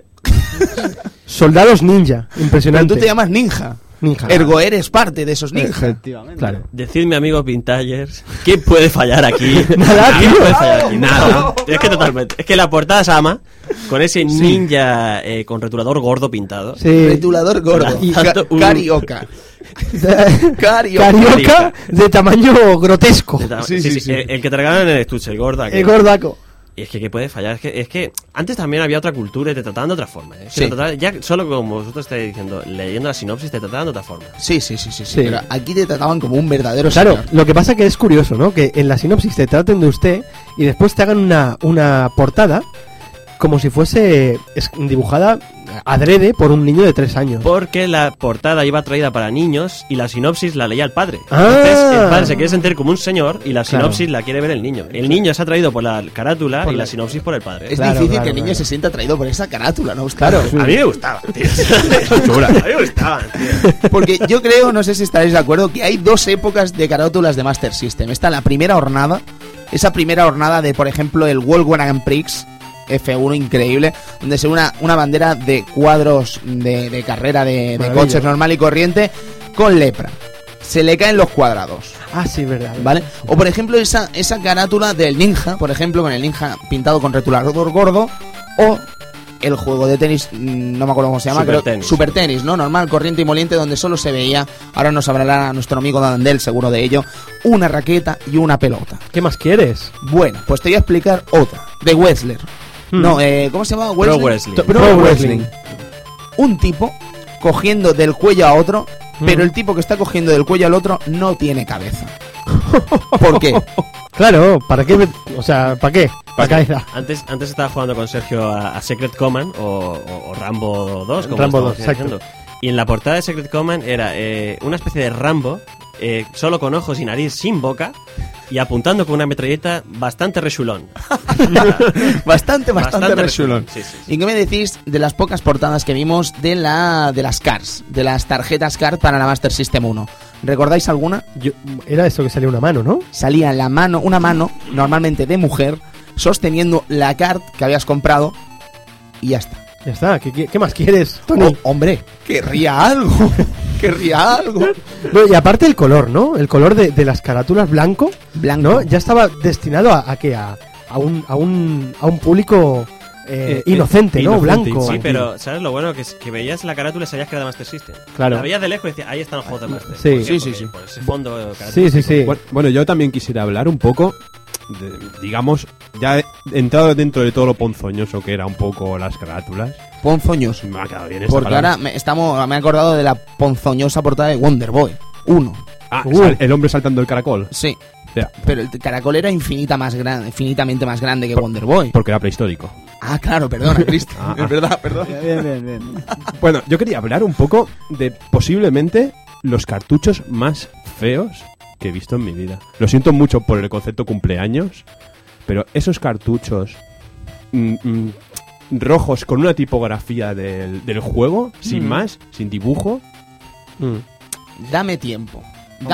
Soldados ninja. Pero Impresionante. tú te llamas ninja. Ninja. Ergo eres parte de esos ninjas. Efectivamente. Claro. Decidme, amigos vintagers, ¿qué puede fallar aquí? Nada, ¿Qué tío. puede fallar aquí? Nada. Es que totalmente. Es que la portada Sama, con ese ninja con retulador gordo pintado. Sí. Retulador gordo. Y Ca- tanto un- Carioca. Carioca. Carioca de tamaño grotesco. Sí, sí. El que te regalan en el estuche, el gordo. aquel. El gordaco. Y es que ¿qué puede fallar? Es que antes también había otra cultura y te trataban de otra forma. ¿eh? Es que Sí. te trataban- ya solo como vosotros estáis diciendo, leyendo la sinopsis, te trataban de otra forma. Sí. Sí. Pero aquí te trataban como un verdadero Claro, señor. lo que pasa que es curioso, ¿no? Que en la sinopsis te traten de usted y después te hagan una portada como si fuese dibujada adrede por un niño de 3 años. Porque la portada iba traída para niños y la sinopsis la leía el padre. Ah. Entonces el padre se quiere sentir como un señor y la Claro. sinopsis la quiere ver el niño. El niño se ha traído por la carátula y la sinopsis por el padre. Es Claro, difícil claro, que el niño claro. se sienta atraído por esa carátula, ¿no? Claro. A mí me gustaban, tío. A mí me gustaban, tío. Porque yo creo, no sé si estaréis de acuerdo, que hay dos épocas de carátulas de Master System. Está la primera hornada, esa primera hornada de, por ejemplo, el World Grand Prix F1 increíble, donde se ve una bandera de cuadros de carrera de Maravilla. coches normal y corriente con lepra. Se le caen los cuadrados, Ah, sí, verdad. ¿vale? O por ejemplo esa carátula del ninja, por ejemplo, con el ninja pintado con retulador gordo, o el juego de tenis, no me acuerdo cómo se llama, Super creo- tenis. Super tenis, ¿no? Normal, corriente y moliente, donde solo se veía, ahora nos hablará nuestro amigo Dandel seguro de ello, una raqueta y una pelota. ¿Qué más quieres? Bueno, pues te voy a explicar otra, de Wrestler. No, ¿cómo se llama? Pro Wrestling. Pro Wrestling. Un tipo cogiendo del cuello a otro, pero el tipo que está cogiendo del cuello al otro no tiene cabeza. ¿Por qué? Claro, ¿para qué? O sea, ¿para qué? ¿Para cabeza? Antes estaba jugando con Sergio a Secret Command o Rambo 2, como Rambo estamos 2, exacto. diciendo. Y en la portada de Secret Command era una especie de Rambo, solo con ojos y nariz, sin boca, y apuntando con una metralleta bastante rechulón. Bastante rechulón. Sí, sí, sí. ¿Y qué me decís de las pocas portadas que vimos de las cards, de las tarjetas card para la Master System 1? ¿Recordáis alguna? Era esto que salía una mano, ¿no? Salía la mano, una mano, normalmente de mujer, sosteniendo la card que habías comprado y ya está. Ya está. ¿Qué más quieres, Tony? Oh, hombre, querría algo. Querría algo. No, y aparte el color, ¿no? El color de las carátulas blanco, Blanco. ¿no? Ya estaba destinado a un público inocente, ¿no? inocente, Blanco. Sí, pero ¿sabes lo bueno? Que veías la carátula y sabías que era de Master System. Claro. La veías de lejos y decías, ahí están los juegos de Master. Sí. ¿Por qué? Sí, sí, Porque sí. por ese fondo Sí, característico. sí, sí. Bueno, yo también quisiera hablar un poco, digamos, ya he entrado dentro de todo lo ponzoñoso que era un poco las carátulas. Ponzoños. Me ha quedado bien esta Porque palabra. ahora me he acordado de la ponzoñosa portada de Wonder Boy 1. Ah, el hombre saltando el caracol. Sí. Ya, Pero el caracol era infinitamente más grande que Wonder Boy. porque era prehistórico. Ah, claro, perdona, Cristian. Es verdad, perdón. Bien. Bueno, yo quería hablar un poco de posiblemente los cartuchos más feos que he visto en mi vida. Lo siento mucho por el concepto cumpleaños, pero esos cartuchos rojos con una tipografía del juego, sin más, sin dibujo. Dame tiempo.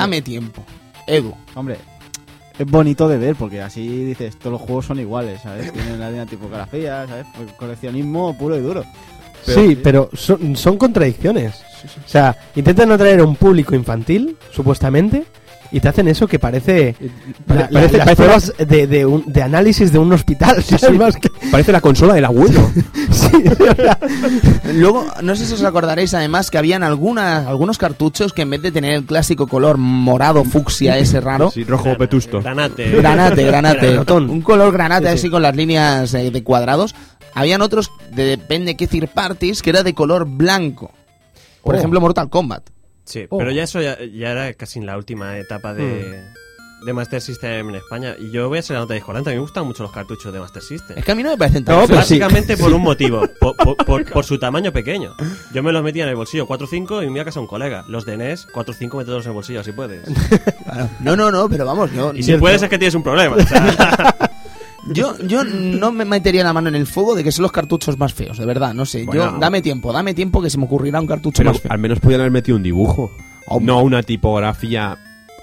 Edu. Hombre, es bonito de ver porque así dices, todos los juegos son iguales, ¿sabes? Tienen la misma tipografía, ¿sabes? Pues coleccionismo puro y duro. Pero son contradicciones. O sea, intentan atraer a un público infantil, supuestamente, y te hacen eso que parece las pruebas de análisis de un hospital. ¿Sabes? Más que... Parece la consola del abuelo. Sí, o sea, Luego, no sé si os acordaréis además que habían algunos cartuchos que en vez de tener el clásico color morado fuxia ese raro, Sí, rojo vetusto. Granate. granate, un color granate Sí, sí. así con las líneas de cuadrados. Habían otros, depende qué third parties, que era de color blanco. Por ejemplo, Mortal Kombat. Sí, pero ya eso ya era casi en la última etapa de Master System en España. Y yo voy a ser la nota discordante. A mí me gustan mucho los cartuchos de Master System. Es que a mí no me parecen tan No, feos. pero sí. Básicamente por un motivo, por su tamaño pequeño. Yo me los metía en el bolsillo 4 o 5 y me iba a casa un colega. Los de NES, 4 o 5 mételos en el bolsillo, si puedes. No, pero vamos, yo... Y si puedes es que tienes un problema. O sea, Yo no me metería la mano en el fuego de que son los cartuchos más feos, de verdad, no sé. Bueno. Yo, dame tiempo que se me ocurrirá un cartucho Pero más feo. al menos podían haber metido un dibujo. Hombre. No una tipografía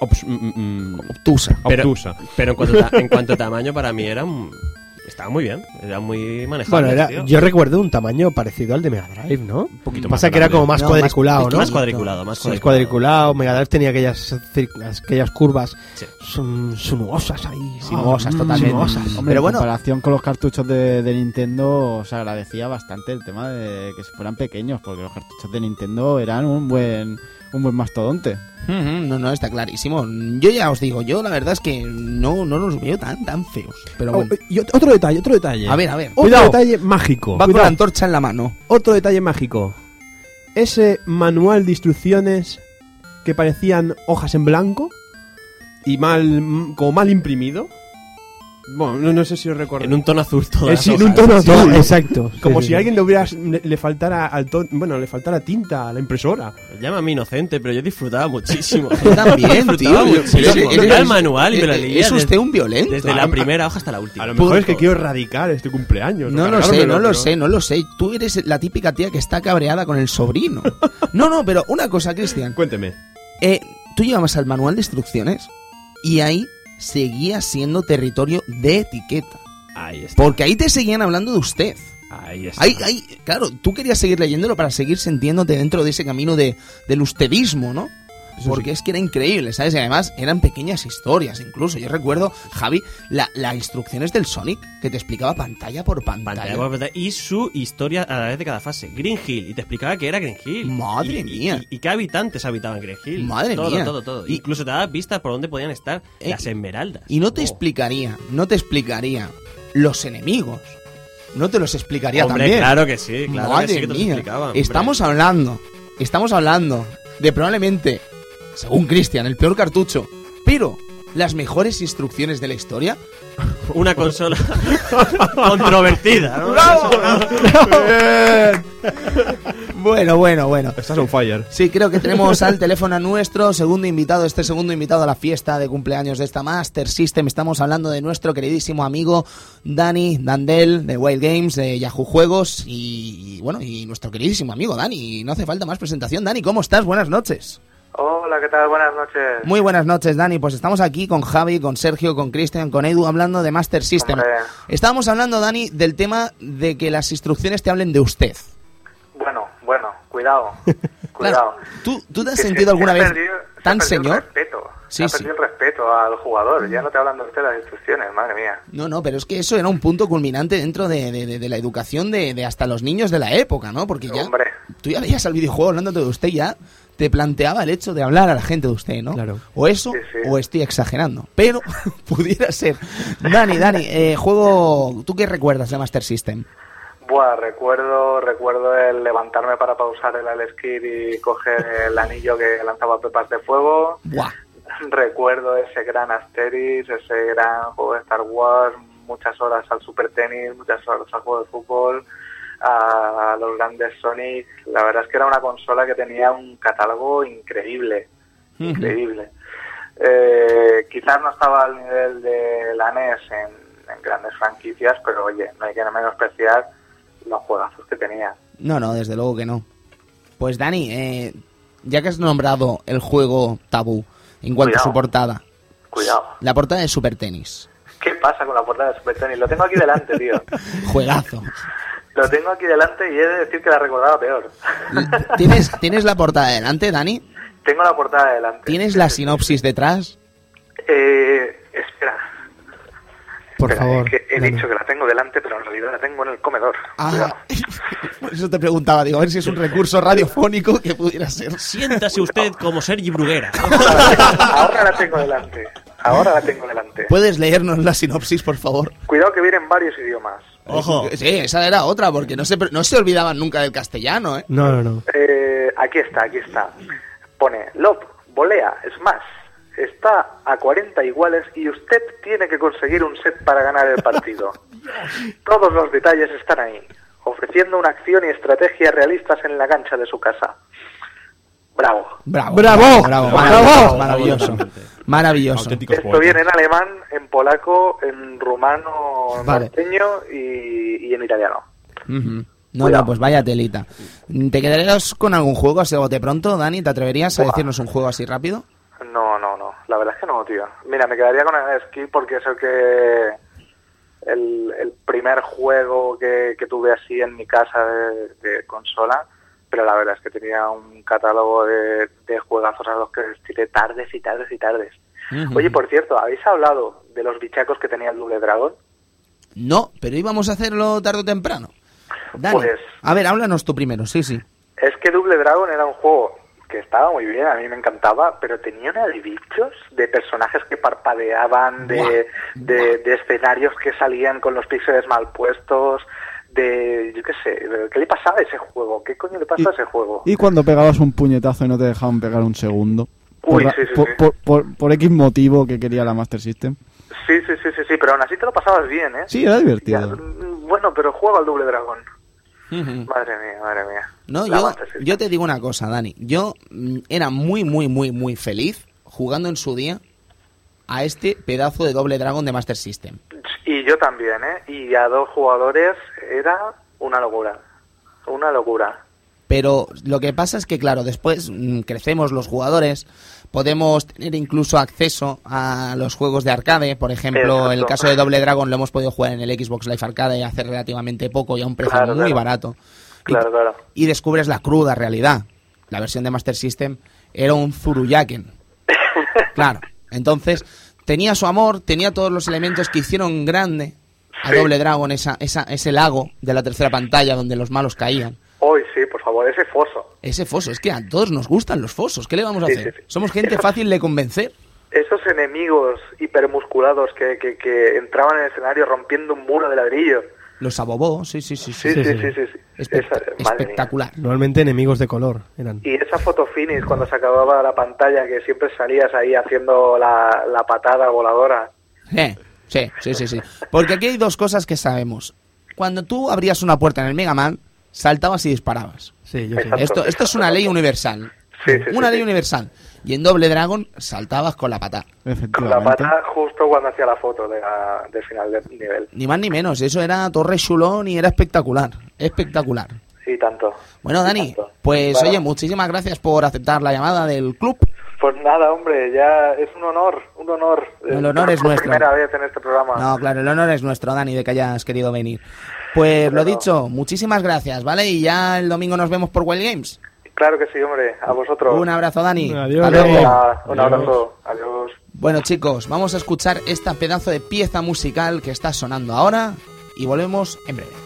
Obtusa. obtusa. pero en cuanto a tamaño, para mí estaba muy bien. Era muy manejable. bueno, yo recuerdo un tamaño parecido al de Mega Drive, ¿no? Un poquito Pasa más que era grande. como más No, cuadriculado, más ¿no? Más cuadriculado, Más cuadriculado. Mega Drive tenía aquellas curvas Sí. sinuosas ahí. Sinuosas, totalmente. sinuosas. Hombre, Pero en bueno, comparación con los cartuchos de Nintendo, se agradecía bastante el tema de que fueran pequeños, porque los cartuchos de Nintendo eran un buen mastodonte. no, está clarísimo. Yo ya os digo, yo la verdad es que no los veo tan feos. Pero bueno. Y otro detalle. A ver. Otro Cuidado. detalle mágico. Va con la antorcha en la mano. Otro detalle mágico. Ese manual de instrucciones que parecían hojas en blanco y como mal imprimido. Bueno, no sé si os recuerdo. En un tono azul todo. Sí, en un tono azul. No, exacto. Como Sí, si sí. a alguien le faltara le faltara tinta a la impresora. Llámame inocente, pero yo disfrutaba muchísimo. Yo también, Disfrutaba tío. muchísimo. Era el manual y me lo leía Es usted un violento. desde la primera hoja hasta la última. A lo mejor es que quiero erradicar este cumpleaños. No o lo sé, cargármelo, no lo sé. Tú eres la típica tía que está cabreada con el sobrino. No, pero una cosa, Cristian. Cuénteme. Tú llevabas al manual de instrucciones y ahí seguía siendo territorio de etiqueta. Ahí está. Porque ahí te seguían hablando de usted. Ahí está. Ahí, claro, tú querías seguir leyéndolo para seguir sintiéndote dentro de ese camino del ustedismo, ¿no? Eso Porque es que era increíble, ¿sabes? Y además eran pequeñas historias, incluso. Yo recuerdo, Javi, las instrucciones del Sonic, que te explicaba pantalla por pantalla. Y su historia a la vez de cada fase. Green Hill. Y te explicaba que era Green Hill. Madre mía. Y qué habitantes habitaban Green Hill. Madre mía. Todo. Y- Incluso te daba pistas por dónde podían estar las esmeraldas. Y no te Oh. explicaría los enemigos. No te los explicaría Hombre, también. claro que sí. Claro Madre que sí que te lo mía. explicaban. hombre. Estamos hablando de probablemente, según Cristian, el peor cartucho, pero las mejores instrucciones de la historia. Una consola controvertida, ¿no? Bueno. Estás on fire. Sí, creo que tenemos al teléfono a nuestro segundo invitado a la fiesta de cumpleaños de esta Master System. Estamos hablando de nuestro queridísimo amigo Dani Dandel de Wild Games, de Yahoo Juegos y nuestro queridísimo amigo Dani. No hace falta más presentación. Dani, ¿cómo estás? Buenas noches. Hola, ¿qué tal? Buenas noches. Muy buenas noches, Dani. Pues estamos aquí con Javi, con Sergio, con Cristian, con Edu, hablando de Master System. Hombre. Estábamos hablando, Dani, del tema de que las instrucciones te hablen de usted. Bueno, cuidado. Cuidado. Claro, ¿tú te has Que sentido alguna se ha vez perdido- tan se ha perdido señor? el respeto. Sí, Se ha sí. perdido el respeto al jugador. Ya no te hablan de usted las instrucciones, madre mía. No, pero es que eso era un punto culminante dentro de la educación de hasta los niños de la época, ¿no? Porque ya Hombre. tú ya veías al videojuego hablándote de usted, ya te planteaba el hecho de hablar a la gente de usted, ¿no? Claro. O eso, Sí, sí. o estoy exagerando. Pero pudiera ser. Dani, juego... ¿Tú qué recuerdas de Master System? Buah, recuerdo el levantarme para pausar el Al-Skid y coger el anillo que lanzaba pepas de fuego. Buah. Recuerdo ese gran Asterix, ese gran juego de Star Wars, muchas horas al Super Tenis, muchas horas al juego de fútbol, a los grandes Sonic. La verdad es que era una consola que tenía un catálogo increíble, increíble. Quizás no estaba al nivel de la NES en grandes franquicias, pero oye, no hay que menospreciar los juegazos que tenía. No, desde luego que no. Pues Dani, ya que has nombrado el juego Tabú en cuanto a su portada, Cuidado. la portada de Super Tenis. ¿Qué pasa con la portada de Super Tenis? Lo tengo aquí delante, tío. Juegazo. Lo tengo aquí delante y he de decir que la recordaba peor. ¿Tienes la portada delante, Dani? Tengo la portada delante. ¿Tienes la sinopsis detrás? Espera. Por Espera, favor. es que he Dani. dicho que la tengo delante, pero en realidad la tengo en el comedor. Cuidado. Por eso te preguntaba, digo, a ver si es un recurso radiofónico que pudiera ser. Siéntase usted como Sergi Bruguera. Ahora la tengo delante. Ahora la tengo delante. ¿Puedes leernos la sinopsis, por favor? Cuidado que viene en varios idiomas. Ojo. Sí, esa era otra, porque no se olvidaban nunca del castellano, ¿eh? No. Aquí está. Pone, Lob, volea, smash. Está a 40 iguales y usted tiene que conseguir un set para ganar el partido. Todos los detalles están ahí, ofreciendo una acción y estrategias realistas en la cancha de su casa. Bravo. Maravilloso. Auténticos Esto poetas. viene en alemán, en polaco, en rumano, en Vale. norteño y en italiano. Ujú. No, pues vaya telita. ¿Te quedarías con algún juego así a bote pronto, Dani? ¿Te atreverías a decirnos un juego así rápido? No. La verdad es que no, tío. Mira, me quedaría con el Ski porque es el que... El primer juego que tuve así en mi casa de consola, pero la verdad es que tenía un catálogo de juegazos a los que estiré tardes y tardes y tardes. Oye, por cierto, ¿habéis hablado de los bichacos que tenía el Double Dragon? No, pero íbamos a hacerlo tarde o temprano. Dani, Pues- a ver, háblanos tú primero, sí. Es que Double Dragon era un juego que estaba muy bien, a mí me encantaba, pero tenía una de bichos, de personajes que parpadeaban, de escenarios que salían con los píxeles mal puestos, yo qué sé, ¿qué le pasaba a ese juego? ¿Qué coño le pasa a ese juego? Y cuando pegabas un puñetazo y no te dejaban pegar un segundo. Uy, por, sí. por X motivo que quería la Master System. Sí, pero aún así te lo pasabas bien, ¿eh? Sí, era divertido. Bueno, pero juego al Double Dragon. Madre mía. No, La Master System. yo te digo una cosa, Dani. Yo era muy feliz jugando en su día a este pedazo de Double Dragon de Master System. Y yo también, ¿eh? Y a 2 jugadores era una locura. Una locura. Pero lo que pasa es que, claro, después crecemos los jugadores, podemos tener incluso acceso a los juegos de arcade. Por ejemplo, Exacto. el caso de Double Dragon lo hemos podido jugar en el Xbox Live Arcade hace relativamente poco y a un precio Claro, muy claro. barato. Claro. Y descubres la cruda realidad. La versión de Master System era un Zuruyaken. Claro. Entonces, tenía su amor, tenía todos los elementos que hicieron grande a Sí. Double Dragon, ese lago de la tercera pantalla donde los malos caían. Hoy sí, por favor, ese foso. Ese foso, es que a todos nos gustan los fosos. ¿Qué le vamos a Sí, hacer? sí. Somos gente fácil de convencer. Esos enemigos hipermusculados que entraban en el escenario rompiendo un muro de ladrillo. Los abobó, sí. Sí. Espectacular. Madre mía. Espectacular. Normalmente enemigos de color eran. Y esa foto finish cuando se acababa la pantalla, que siempre salías ahí haciendo la patada voladora. Sí. Porque aquí hay dos cosas que sabemos. Cuando tú abrías una puerta en el Mega Man, saltabas y disparabas. Sí, yo sí. Exacto. Esto es una ley universal. Sí, Una ley sí. universal. Y en Double Dragon saltabas con la pata. Con la Efectivamente. pata justo cuando hacía la foto del final del nivel. Ni más ni menos. Eso era torre chulón y era espectacular. Espectacular. Y tanto. Bueno, Y Dani, tanto. pues Bueno, oye, muchísimas gracias por aceptar la llamada del club. Pues nada, hombre, ya es un honor. El honor es por nuestro. primera vez en este programa. No, claro, el honor es nuestro, Dani, de que hayas querido venir. Pues lo dicho, muchísimas gracias, ¿vale? Y ya el domingo nos vemos por Wild Games. Claro que sí, hombre. A vosotros. Un abrazo, Dani. Adiós. Hasta luego. Venga, un abrazo. Adiós. Bueno, chicos, vamos a escuchar esta pedazo de pieza musical que está sonando ahora y volvemos en breve.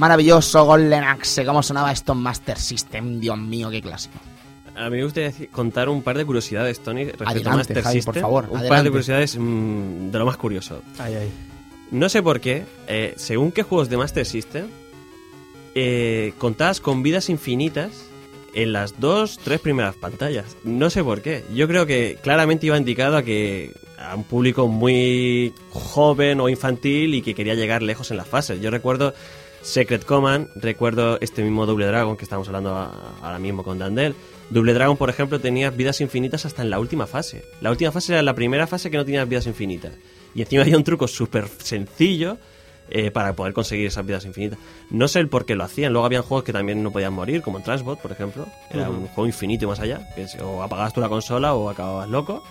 Maravilloso Golden Axe. ¿Cómo sonaba esto en Master System? Dios mío, qué clásico. A mí me gustaría contar un par de curiosidades, Tony, respecto Adelante, a Master Javi, System. por favor, Un par adelante. de curiosidades de lo más curioso. Ay, ay. No sé por qué, según qué juegos de Master System, contabas con vidas infinitas en las 2-3 primeras pantallas. No sé por qué. Yo creo que claramente iba indicado a un público muy joven o infantil y que quería llegar lejos en las fases. Yo recuerdo Secret Command, recuerdo este mismo Double Dragon que estamos hablando ahora mismo con Dandel. Double Dragon, por ejemplo, tenías vidas infinitas hasta en la última fase. La última fase era la primera fase que no tenías vidas infinitas. Y encima había un truco súper sencillo para poder conseguir esas vidas infinitas. No sé el por qué lo hacían. Luego habían juegos que también no podían morir, como Transbot, por ejemplo. Era un juego infinito y más allá. Que o apagabas tú la consola o acababas loco.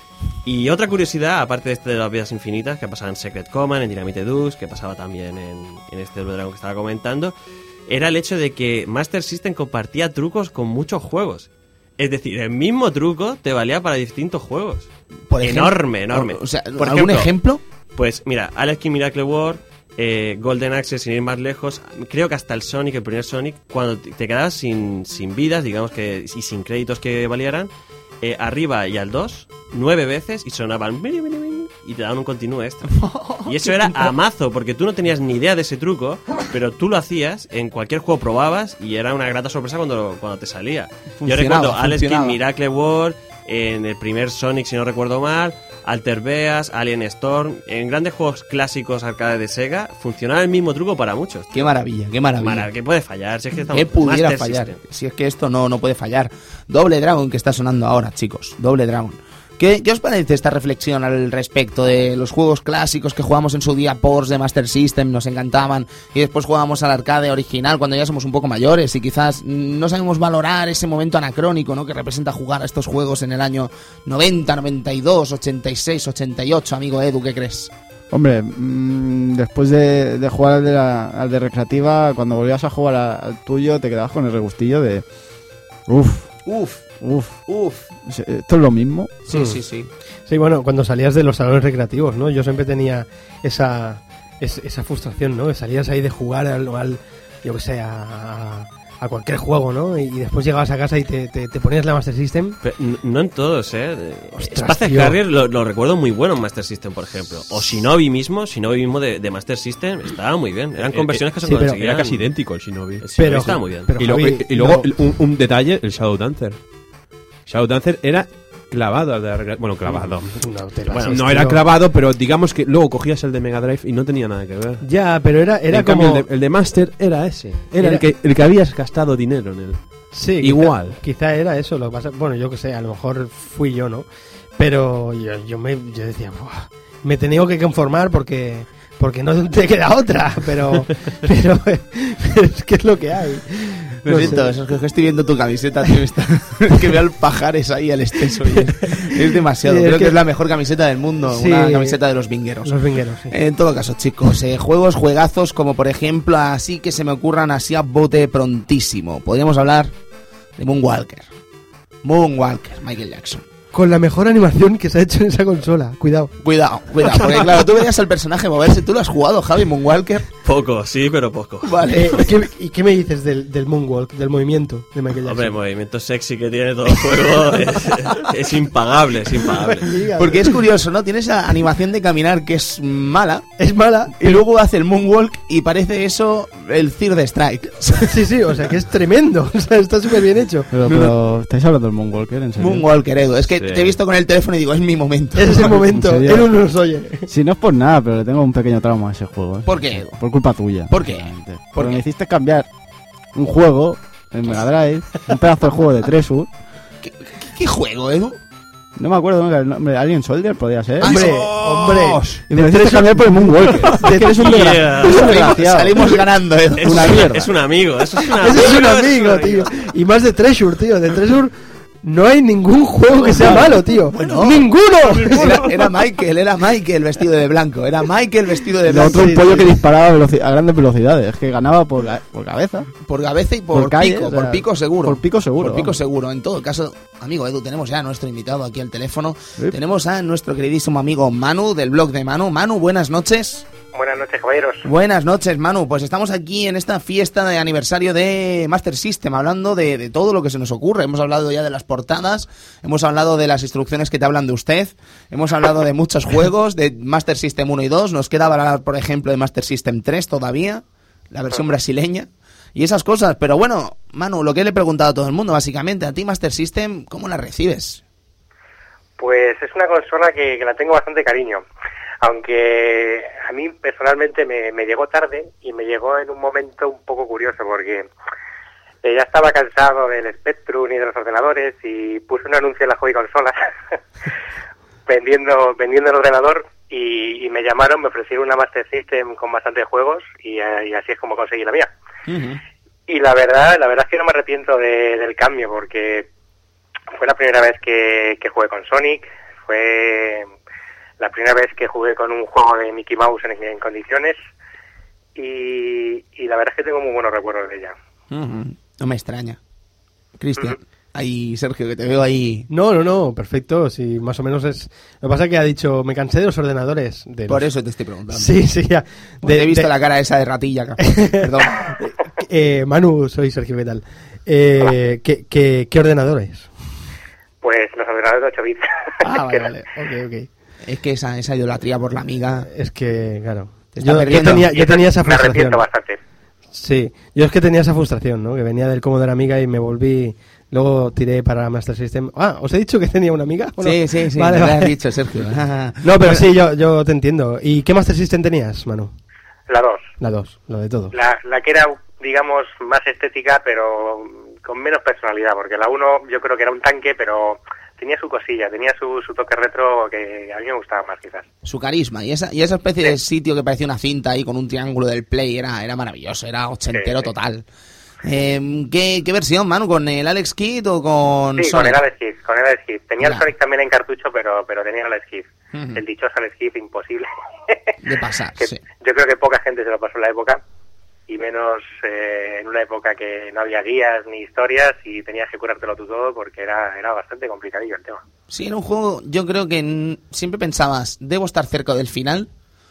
Y otra curiosidad, aparte de las vidas infinitas, que pasaba en Secret Command, en Dynamite Dust, que pasaba también en este Double Dragon que estaba comentando, era el hecho de que Master System compartía trucos con muchos juegos. Es decir, el mismo truco te valía para distintos juegos. Por ejemplo, enorme. O sea, Por ¿algún ejemplo? Pues mira, Alex Kidd Miracle World, Golden Axe, sin ir más lejos, creo que hasta el Sonic, el primer Sonic, cuando te quedabas sin vidas, digamos que y sin créditos que valieran, arriba y al 2, 9 veces y sonaban y te daban un continuo extra. Y eso era a mazo, porque tú no tenías ni idea de ese truco, pero tú lo hacías, en cualquier juego probabas y era una grata sorpresa cuando te salía. Yo recuerdo Alex Kidd Miracle World, en el primer Sonic, si no recuerdo mal, Alter Beas, Alien Storm, en grandes juegos clásicos arcade de Sega, funcionaba el mismo truco para muchos. Qué maravilla, qué maravilla. ¿Qué puede fallar? Si es que estamos ¿Qué pudiera Master fallar? System. Si es que esto no puede fallar. Double Dragon que está sonando ahora, chicos. Double Dragon. ¿Qué os parece esta reflexión al respecto de los juegos clásicos que jugamos en su día, ports de Master System, nos encantaban, y después jugamos al arcade original cuando ya somos un poco mayores y quizás no sabemos valorar ese momento anacrónico, ¿no?, que representa jugar a estos juegos en el año 90, 92, 86, 88, amigo Edu, ¿qué crees? Hombre, después de jugar al de recreativa, cuando volvías a jugar al tuyo, te quedabas con el regustillo de... Uf. ¿Esto es lo mismo? Sí. Sí, bueno, cuando salías de los salones recreativos, ¿no? Yo siempre tenía esa frustración, ¿no? Que salías ahí de jugar al yo que sé, a cualquier juego, ¿no? Y después llegabas a casa y te ponías la Master System. Pero no en todos, Ostras, Space tío. Harrier lo recuerdo muy bueno en Master System, por ejemplo. O Shinobi mismo de Master System estaba muy bien. Eran conversiones que se sí, pero conseguían. Era casi idéntico el Shinobi. El Shinobi Pero- estaba muy bien. pero- Y luego, Javi, y luego no. un detalle, el Shadow Dancer. Shadow Dancer era clavado al de la regla- Bueno, clavado. No, te Bueno, pases, no era tío. clavado, pero digamos que luego cogías el de Mega Drive y no tenía nada que ver. Ya, pero era En como... cambio, el de Master era ese. Era Era- el que habías gastado dinero en él. Sí, Igual. Quizá era eso, lo que pasa, bueno, yo que sé, a lo mejor fui yo, ¿no? Pero yo decía, "Buah, me he tenido que conformar porque no te queda otra", pero es que es lo que hay. Lo No siento, sé. es que estoy viendo tu camiseta, tío. Es que veo al pajares ahí al exceso. Es demasiado. Sí, es Creo que que- es la mejor camiseta del mundo. Sí. Una camiseta de los vingueros. Los vingueros, sí. En todo caso, chicos, juegazos como por ejemplo, así que se me ocurran así a bote prontísimo. Podríamos hablar de Moonwalker, Michael Jackson. Con la mejor animación que se ha hecho en esa consola, cuidado. Cuidado, porque claro, tú veías al personaje moverse. ¿Tú lo has jugado, Javi, Moonwalker? Poco, sí, pero poco. Vale. ¿Y qué me dices del moonwalk, del movimiento de Michael Jackson? Hombre, el movimiento sexy que tiene todo el juego es impagable, es impagable. Porque es curioso, ¿no? Tiene esa animación de caminar que es mala. Es mala. Y luego hace el Moonwalk y parece eso el Third Strike. Sí, o sea, que es tremendo. O sea, está súper bien hecho. Pero ¿estáis hablando del Moonwalker, en serio? Moonwalker, Edu. Es que Sí. te he visto con el teléfono y digo, es mi momento. Es el momento. ¿En serio? Él no nos oye. Si no es por nada, pero le tengo un pequeño trauma a ese juego. ¿Por qué, Edu? Por culpa tuya. ¿Por qué? realmente. ¿Por Porque qué? me hiciste cambiar un juego en Mega Drive, un pedazo de juego de Treasure. ¿Qué juego, Edu? No me acuerdo nunca el nombre. Alien Soldier podía ser. Hombre, ¡Dios! Y me lo hiciste cambiar por el Moonwalker. Es que eres un Yeah. desgraciado. Salimos ganando, Edu. Es Una mierda. Es un amigo, eso es un amigo. Ese es un amigo, tío. Y más de Treasure, tío. De Treasure no hay ningún juego que sea malo, tío. Bueno. ¡Ninguno! Era Michael vestido de blanco. Era Michael vestido de El blanco. otro un pollo que disparaba a grandes velocidades. Es que ganaba por cabeza. Por cabeza y por calle, pico. o sea, Por pico seguro. Por pico seguro. Por pico vamos. seguro. En todo caso, amigo Edu, tenemos ya a nuestro invitado aquí al teléfono. Sí. Tenemos a nuestro queridísimo amigo Manu, del blog de Manu. Manu, buenas noches. Buenas noches, caballeros. Buenas noches, Manu. Pues estamos aquí en esta fiesta de aniversario de Master System, hablando de todo lo que se nos ocurre. Hemos hablado ya de las portadas, hemos hablado de las instrucciones que te hablan de usted, hemos hablado de muchos juegos, de Master System 1 y 2. Nos queda hablar, por ejemplo, de Master System 3 todavía, la versión brasileña, y esas cosas. Pero bueno, Manu, lo que le he preguntado a todo el mundo, básicamente, a ti Master System, ¿cómo la recibes? Pues es una consola que la tengo bastante cariño. Aunque a mí personalmente me llegó tarde y me llegó en un momento un poco curioso porque ya estaba cansado del Spectrum y de los ordenadores y puse un anuncio en la Hobby Consolas vendiendo el ordenador y me llamaron, me ofrecieron una Master System con bastantes juegos y así es como conseguí la mía. Uh-huh. Y la verdad es que no me arrepiento del cambio porque fue la primera vez que jugué con Sonic, fue la primera vez que jugué con un juego de Mickey Mouse en condiciones y la verdad es que tengo muy buenos recuerdos de ella. Uh-huh. No me extraña. Cristian, ahí Sergio, que te veo ahí. No, perfecto, sí, más o menos es... Lo que pasa es que ha dicho, me cansé de los ordenadores. Por eso te estoy preguntando. Sí, ya. He visto la cara esa de ratilla acá. Perdón. Manu, soy Sergio, ¿qué tal? ¿Qué ordenadores? Pues los ordenadores de 8 bits. Ah, vale, ok. Es que esa idolatría por la Amiga... Es que, claro... Yo tenía esa frustración. Me arrepiento bastante. Sí, yo es que tenía esa frustración, ¿no? Que venía del Commodore Amiga y me volví... Luego tiré para Master System. Ah, ¿os he dicho que tenía una Amiga? ¿O no? Sí, vale, me lo has dicho, Sergio. No, pero sí, yo te entiendo. ¿Y qué Master System tenías, Manu? La 2. La 2, lo de todo. La que era, digamos, más estética, pero con menos personalidad, porque la 1 yo creo que era un tanque, pero... tenía su cosilla, tenía su toque retro que a mí me gustaba más quizás. Su carisma, y esa especie de sitio que parecía una cinta ahí con un triángulo del Play era maravilloso, era ochentero total. ¿Qué versión, Manu? ¿Con el Alex Kidd o con Sí, Sonic? con el Alex Kidd. Tenía el Sonic también en cartucho, pero tenía el Alex Kidd. Uh-huh. El dichoso Alex Kidd, imposible. De pasar, sí. Yo creo que poca gente se lo pasó en la época, y menos en una época que no había guías ni historias y tenías que curártelo tú todo porque era bastante complicadillo el tema. Sí, era un juego, yo creo que siempre pensabas, debo estar cerca del final,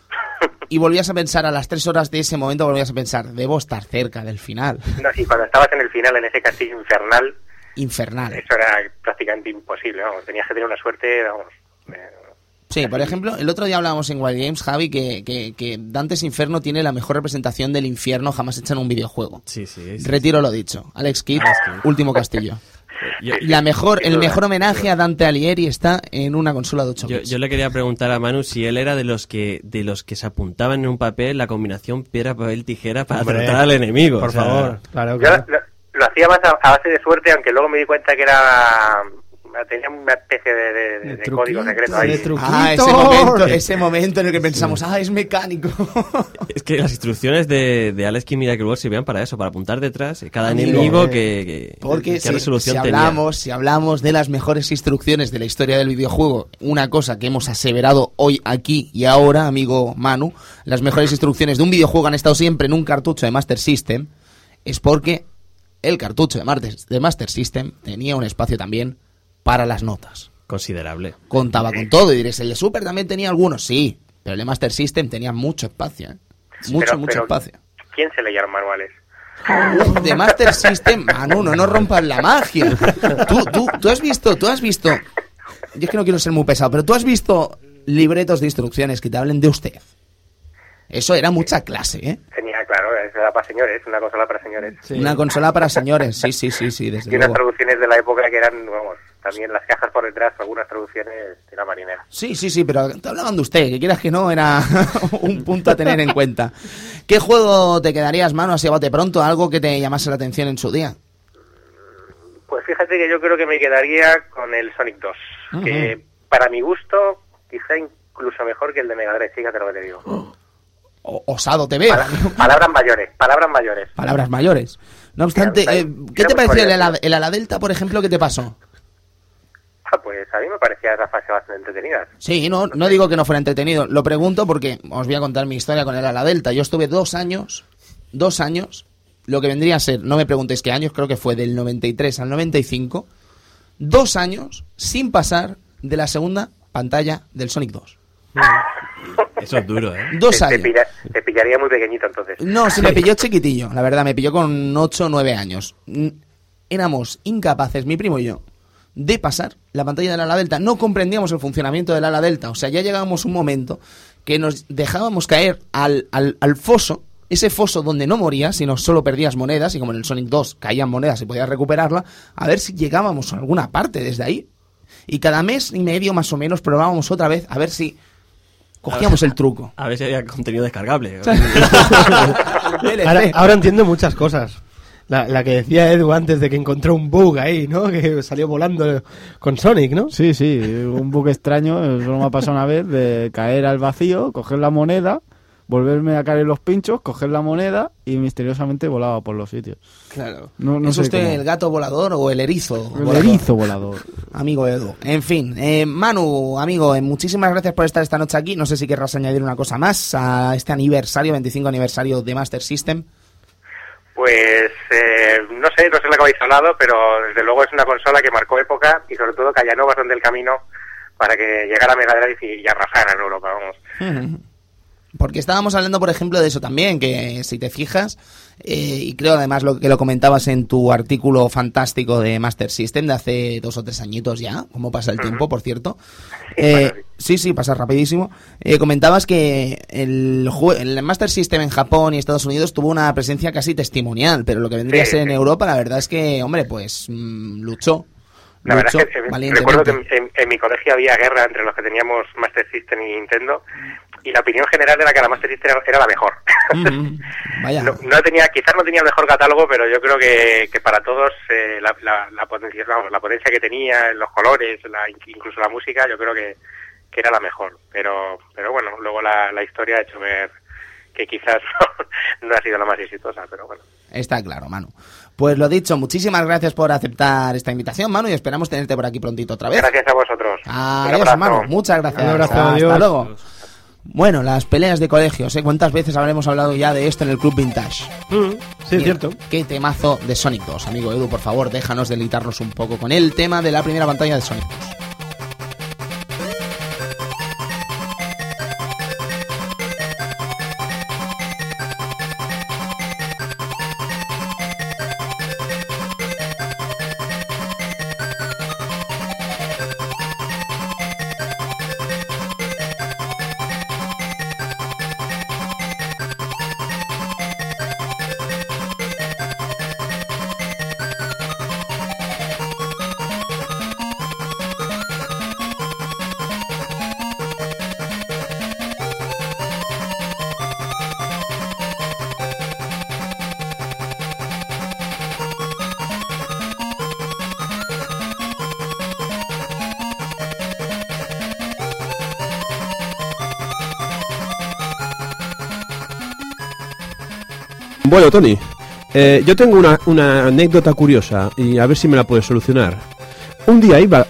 y volvías a pensar a las 3 horas de ese momento, volvías a pensar, debo estar cerca del final. No, y cuando estabas en el final, en ese castillo infernal, eso era prácticamente imposible, vamos, tenías que tener una suerte, vamos... Sí, por ejemplo, el otro día hablábamos en Wild Games, Javi, que Dante's Inferno tiene la mejor representación del infierno jamás hecha en un videojuego. Sí. Retiro lo dicho. Alex Kidd, Último Castillo. El mejor homenaje a Dante Alighieri está en una consola de 8 bits. Yo le quería preguntar a Manu si él era de los que se apuntaban en un papel la combinación piedra, papel, tijera para derrotar al enemigo. Por favor, claro. Yo lo hacía más a base de suerte, aunque luego me di cuenta que tenía una especie de código secreto ahí. Ese momento en el que pensamos, es mecánico. Es que las instrucciones de Alex Kidd Miracle World sirvían para eso, para apuntar detrás cada enemigo porque qué resolución tenía. Si hablamos de las mejores instrucciones de la historia del videojuego, una cosa que hemos aseverado hoy, aquí y ahora, amigo Manu, las mejores instrucciones de un videojuego han estado siempre en un cartucho de Master System, es porque el cartucho de Master System tenía un espacio también para las notas. Considerable. Contaba con todo. Y diréis, ¿el de Super también tenía algunos? Sí, pero el de Master System tenía mucho espacio, ¿eh? Mucho espacio. ¿Quién se leía los manuales? De Master System, Manu, no rompas la magia. Tú has visto... Yo es que no quiero ser muy pesado, pero tú has visto libretos de instrucciones que te hablen de usted. Eso era mucha clase, ¿eh? Claro, era para señores, una consola para señores. Sí. Una consola para señores, sí, desde luego. Y unas traducciones de la época que eran, vamos, también las cajas por detrás, algunas traducciones de la marinera. Sí, pero te hablaban de usted, que quieras que no, era un punto a tener en cuenta. ¿Qué juego te quedarías, Manu, así a bote pronto, algo que te llamase la atención en su día? Pues fíjate que yo creo que me quedaría con el Sonic 2, uh-huh. Que para mi gusto, quizá incluso mejor que el de Mega Drive, fíjate lo que te digo. Osado te veo. Palabras mayores. Palabras mayores. No obstante, ¿qué te pareció el ala delta, por ejemplo? ¿Qué te pasó? Pues a mí me parecía esa fase bastante entretenida. Sí, no digo que no fuera entretenido. Lo pregunto porque os voy a contar mi historia con el ala delta. Yo estuve 2 años, lo que vendría a ser, no me preguntéis qué años, creo que fue del 93 al 95, 2 años sin pasar de la segunda pantalla del Sonic 2. Eso es duro, ¿eh? 2 Te años. te pillaría muy pequeñito entonces. No, se me pilló chiquitillo, la verdad, me pilló con 8 o 9 años. Éramos incapaces, mi primo y yo, de pasar la pantalla del ala delta. No comprendíamos el funcionamiento del ala delta. O sea, ya llegábamos a un momento que nos dejábamos caer al foso, ese foso donde no morías, sino solo perdías monedas, y como en el Sonic 2 caían monedas y podías recuperarla, a ver si llegábamos a alguna parte desde ahí. Y cada mes y medio más o menos probábamos otra vez a ver si cogíamos el truco. A ver si había contenido descargable. Ahora entiendo muchas cosas. La que decía Edu antes de que encontró un bug ahí, ¿no? Que salió volando con Sonic, ¿no? Sí, un bug extraño, solo me ha pasado una vez, de caer al vacío, coger la moneda, volverme a caer en los pinchos, coger la moneda y misteriosamente volaba por los sitios. Claro. No ¿Es sé usted cómo. el gato volador o el erizo? El erizo volador. Amigo Edu. En fin, Manu, amigo, muchísimas gracias por estar esta noche aquí. No sé si querrás añadir una cosa más a este aniversario, 25 aniversario de Master System. Pues no sé lo que habéis hablado, pero desde luego es una consola que marcó época y sobre todo que allanó bastante el camino para que llegara Mega Drive y arrasara en Europa, vamos. Porque estábamos hablando, por ejemplo, de eso también, que si te fijas, y creo además lo que lo comentabas en tu artículo fantástico de Master System de hace 2 o 3 añitos ya, cómo pasa el tiempo, por cierto. Sí, pasa rapidísimo. Comentabas que el Master System en Japón y Estados Unidos tuvo una presencia casi testimonial, pero lo que vendría a ser en Europa, la verdad es que, hombre, pues luchó. La verdad es que valientemente. recuerdo que en mi colegio había guerra entre los que teníamos Master System y Nintendo, y la opinión general era que la Master System era la mejor. Vaya. Quizás no tenía el mejor catálogo, pero yo creo que para todos la potencia, la potencia que tenía, los colores, incluso la música, yo creo que era la mejor. Pero bueno, luego la historia ha hecho ver que quizás no ha sido la más exitosa, pero bueno. Está claro, Manu. Pues lo dicho, muchísimas gracias por aceptar esta invitación, Manu, y esperamos tenerte por aquí prontito otra vez. Gracias a vosotros. Adiós, Manu. Muchas gracias. Un abrazo, Hasta adiós. luego. Bueno, las peleas de colegios, ¿eh? ¿Cuántas veces habremos hablado ya de esto en el Club Vintage? Sí, es cierto. Qué temazo de Sonic 2, amigo Edu, por favor, déjanos deleitarnos un poco con el tema de la primera pantalla de Sonic 2. Bueno, Tony, yo tengo una anécdota curiosa y a ver si me la puedes solucionar. Un día iba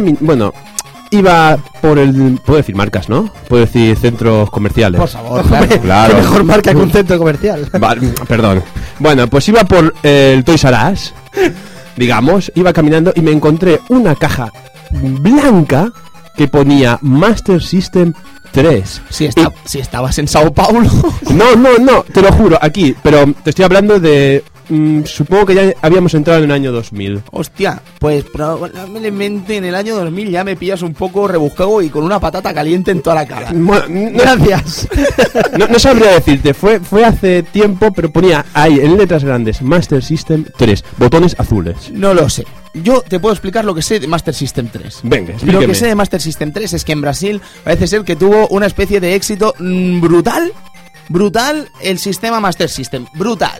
por el... Puedo decir marcas, ¿no? Puedo decir centros comerciales. Por favor, Claro. Qué mejor marca que un centro comercial. Vale, perdón. Bueno, pues iba por el Toys R Us, digamos, iba caminando y me encontré una caja blanca que ponía Master System 3. Si estabas en Sao Paulo. No, te lo juro, aquí, pero te estoy hablando de... supongo que ya habíamos entrado en el año 2000. Hostia, pues probablemente en el año 2000 ya me pillas un poco rebuscado y con una patata caliente en toda la cara. Bueno, Gracias. No sabría decirte, fue hace tiempo, pero ponía ahí en letras grandes Master System 3, botones azules. No lo sé. Yo te puedo explicar lo que sé de Master System 3. Venga, Lo explíqueme. que sé de Master System 3 es que en Brasil parece ser que tuvo una especie de éxito brutal el sistema Master System. Brutal.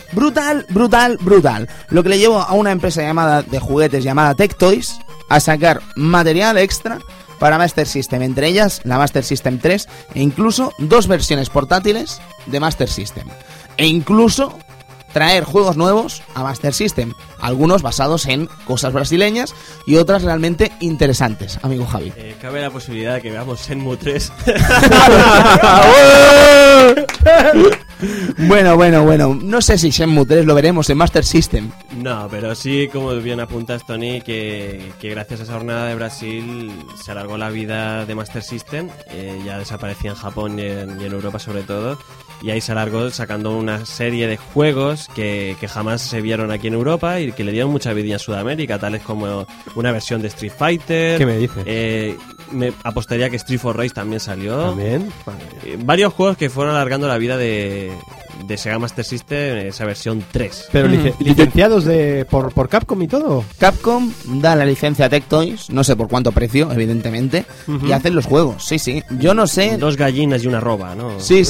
Lo que le llevó a una empresa de juguetes llamada Tech Toys a sacar material extra para Master System, entre ellas la Master System 3 e incluso 2 versiones portátiles de Master System. E incluso traer juegos nuevos a Master System, algunos basados en cosas brasileñas y otras realmente interesantes, amigo Javi. Cabe la posibilidad de que veamos Shenmue 3. Bueno. No sé si Shenmue 3 lo veremos en Master System. No, pero sí, como bien apuntas, Tony, que gracias a esa jornada de Brasil se alargó la vida de Master System. Ya desaparecía en Japón y en Europa sobre todo. Y ahí se alargó sacando una serie de juegos que jamás se vieron aquí en Europa y que le dieron mucha vida en Sudamérica, tales como una versión de Street Fighter. ¿Qué me dices? Me apostaría que Street for Rage también salió. ¿También? Varios juegos que fueron alargando la vida de Sega Master System, esa versión 3. Pero licenciados por Capcom y todo. Capcom da la licencia a Tectoys, no sé por cuánto precio, evidentemente, y hacen los juegos. Sí. Yo no sé. 2 gallinas y una roba, ¿no? Sí.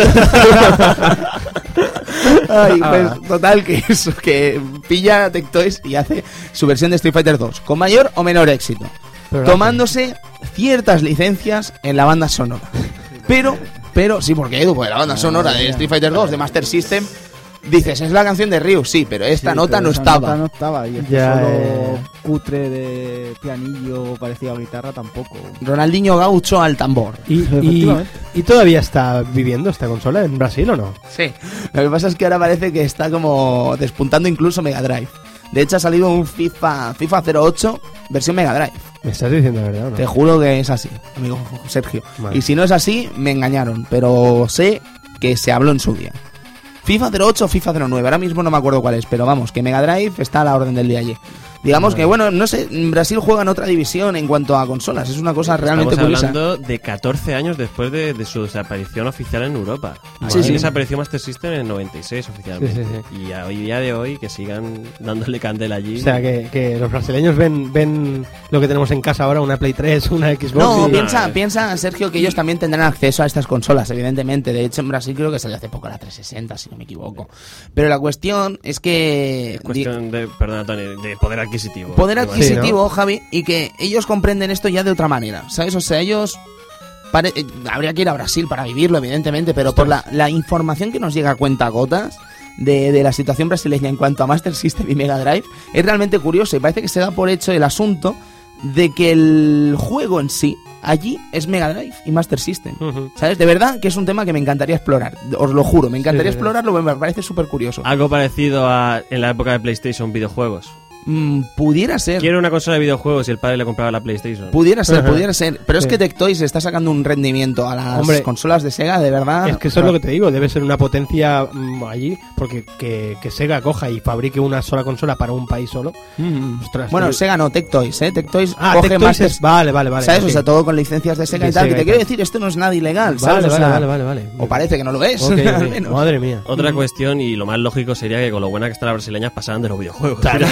Ay, pues total que eso, que pilla a Tectoys y hace su versión de Street Fighter 2 con mayor o menor éxito, tomándose ciertas licencias en la banda sonora. Pero sí, porque Edu, pues la banda sonora de Street Fighter 2 de Master System, dices, es la canción de Ryu, sí, pero esta nota no estaba. Nota no estaba, y el solo cutre de pianillo parecido a guitarra tampoco. Ronaldinho Gaucho al tambor. ¿Y todavía está viviendo esta consola en Brasil o no? Sí, lo que pasa es que ahora parece que está como despuntando incluso Mega Drive. De hecho ha salido un FIFA 08 versión Mega Drive. ¿Me estás diciendo la verdad o no? Te juro que es así, amigo Sergio. Vale. Y si no es así, me engañaron, pero sé que se habló en su día. FIFA 08 o FIFA 09, ahora mismo no me acuerdo cuál es, pero vamos, que Mega Drive está a la orden del día allí. Digamos que, bueno, no sé, Brasil juega en otra división en cuanto a consolas, es una cosa realmente curiosa. Estamos hablando de 14 años después de su desaparición oficial en Europa. Sí. Desapareció Master System en el 96 oficialmente. Sí. Y a hoy día de hoy que sigan dándole candela allí. O sea, que los brasileños ven lo que tenemos en casa ahora, una Play 3, una Xbox. No, piensa, Sergio, que ellos también tendrán acceso a estas consolas, evidentemente. De hecho, en Brasil creo que salió hace poco la 360, si no me equivoco. Pero la cuestión es que... Es cuestión de, perdona, Tony, de poder adquisitivo. Poder adquisitivo, ¿no? Javi, y que ellos comprenden esto ya de otra manera, ¿sabes? O sea, ellos... habría que ir a Brasil para vivirlo, evidentemente, pero por la información que nos llega a cuentagotas de la situación brasileña en cuanto a Master System y Mega Drive, es realmente curioso y parece que se da por hecho el asunto de que el juego en sí allí es Mega Drive y Master System. ¿Sabes? De verdad que es un tema que me encantaría explorar, os lo juro, me encantaría explorarlo, me parece súper curioso. Algo parecido a en la época de PlayStation, videojuegos. Pudiera ser. Quiero una consola de videojuegos y el padre le compraba la PlayStation. Pudiera ser. Pero es que Tectoys está sacando un rendimiento a las consolas de Sega, de verdad. Es que eso es lo que te digo, debe ser una potencia allí, porque que Sega coja y fabrique una sola consola para un país solo. Ostras, bueno, Sega no, Tectoys, Tectoys coge Tectoys Master... Vale. ¿Sabes? Okay. O sea, todo con licencias de Sega y tal. Que te quiero decir, esto no es nada ilegal, ¿sabes? Vale. O parece que no lo es. Okay. Madre mía. Otra cuestión, y lo más lógico sería que con lo buena que están las brasileñas pasaran de los videojuegos. Claro.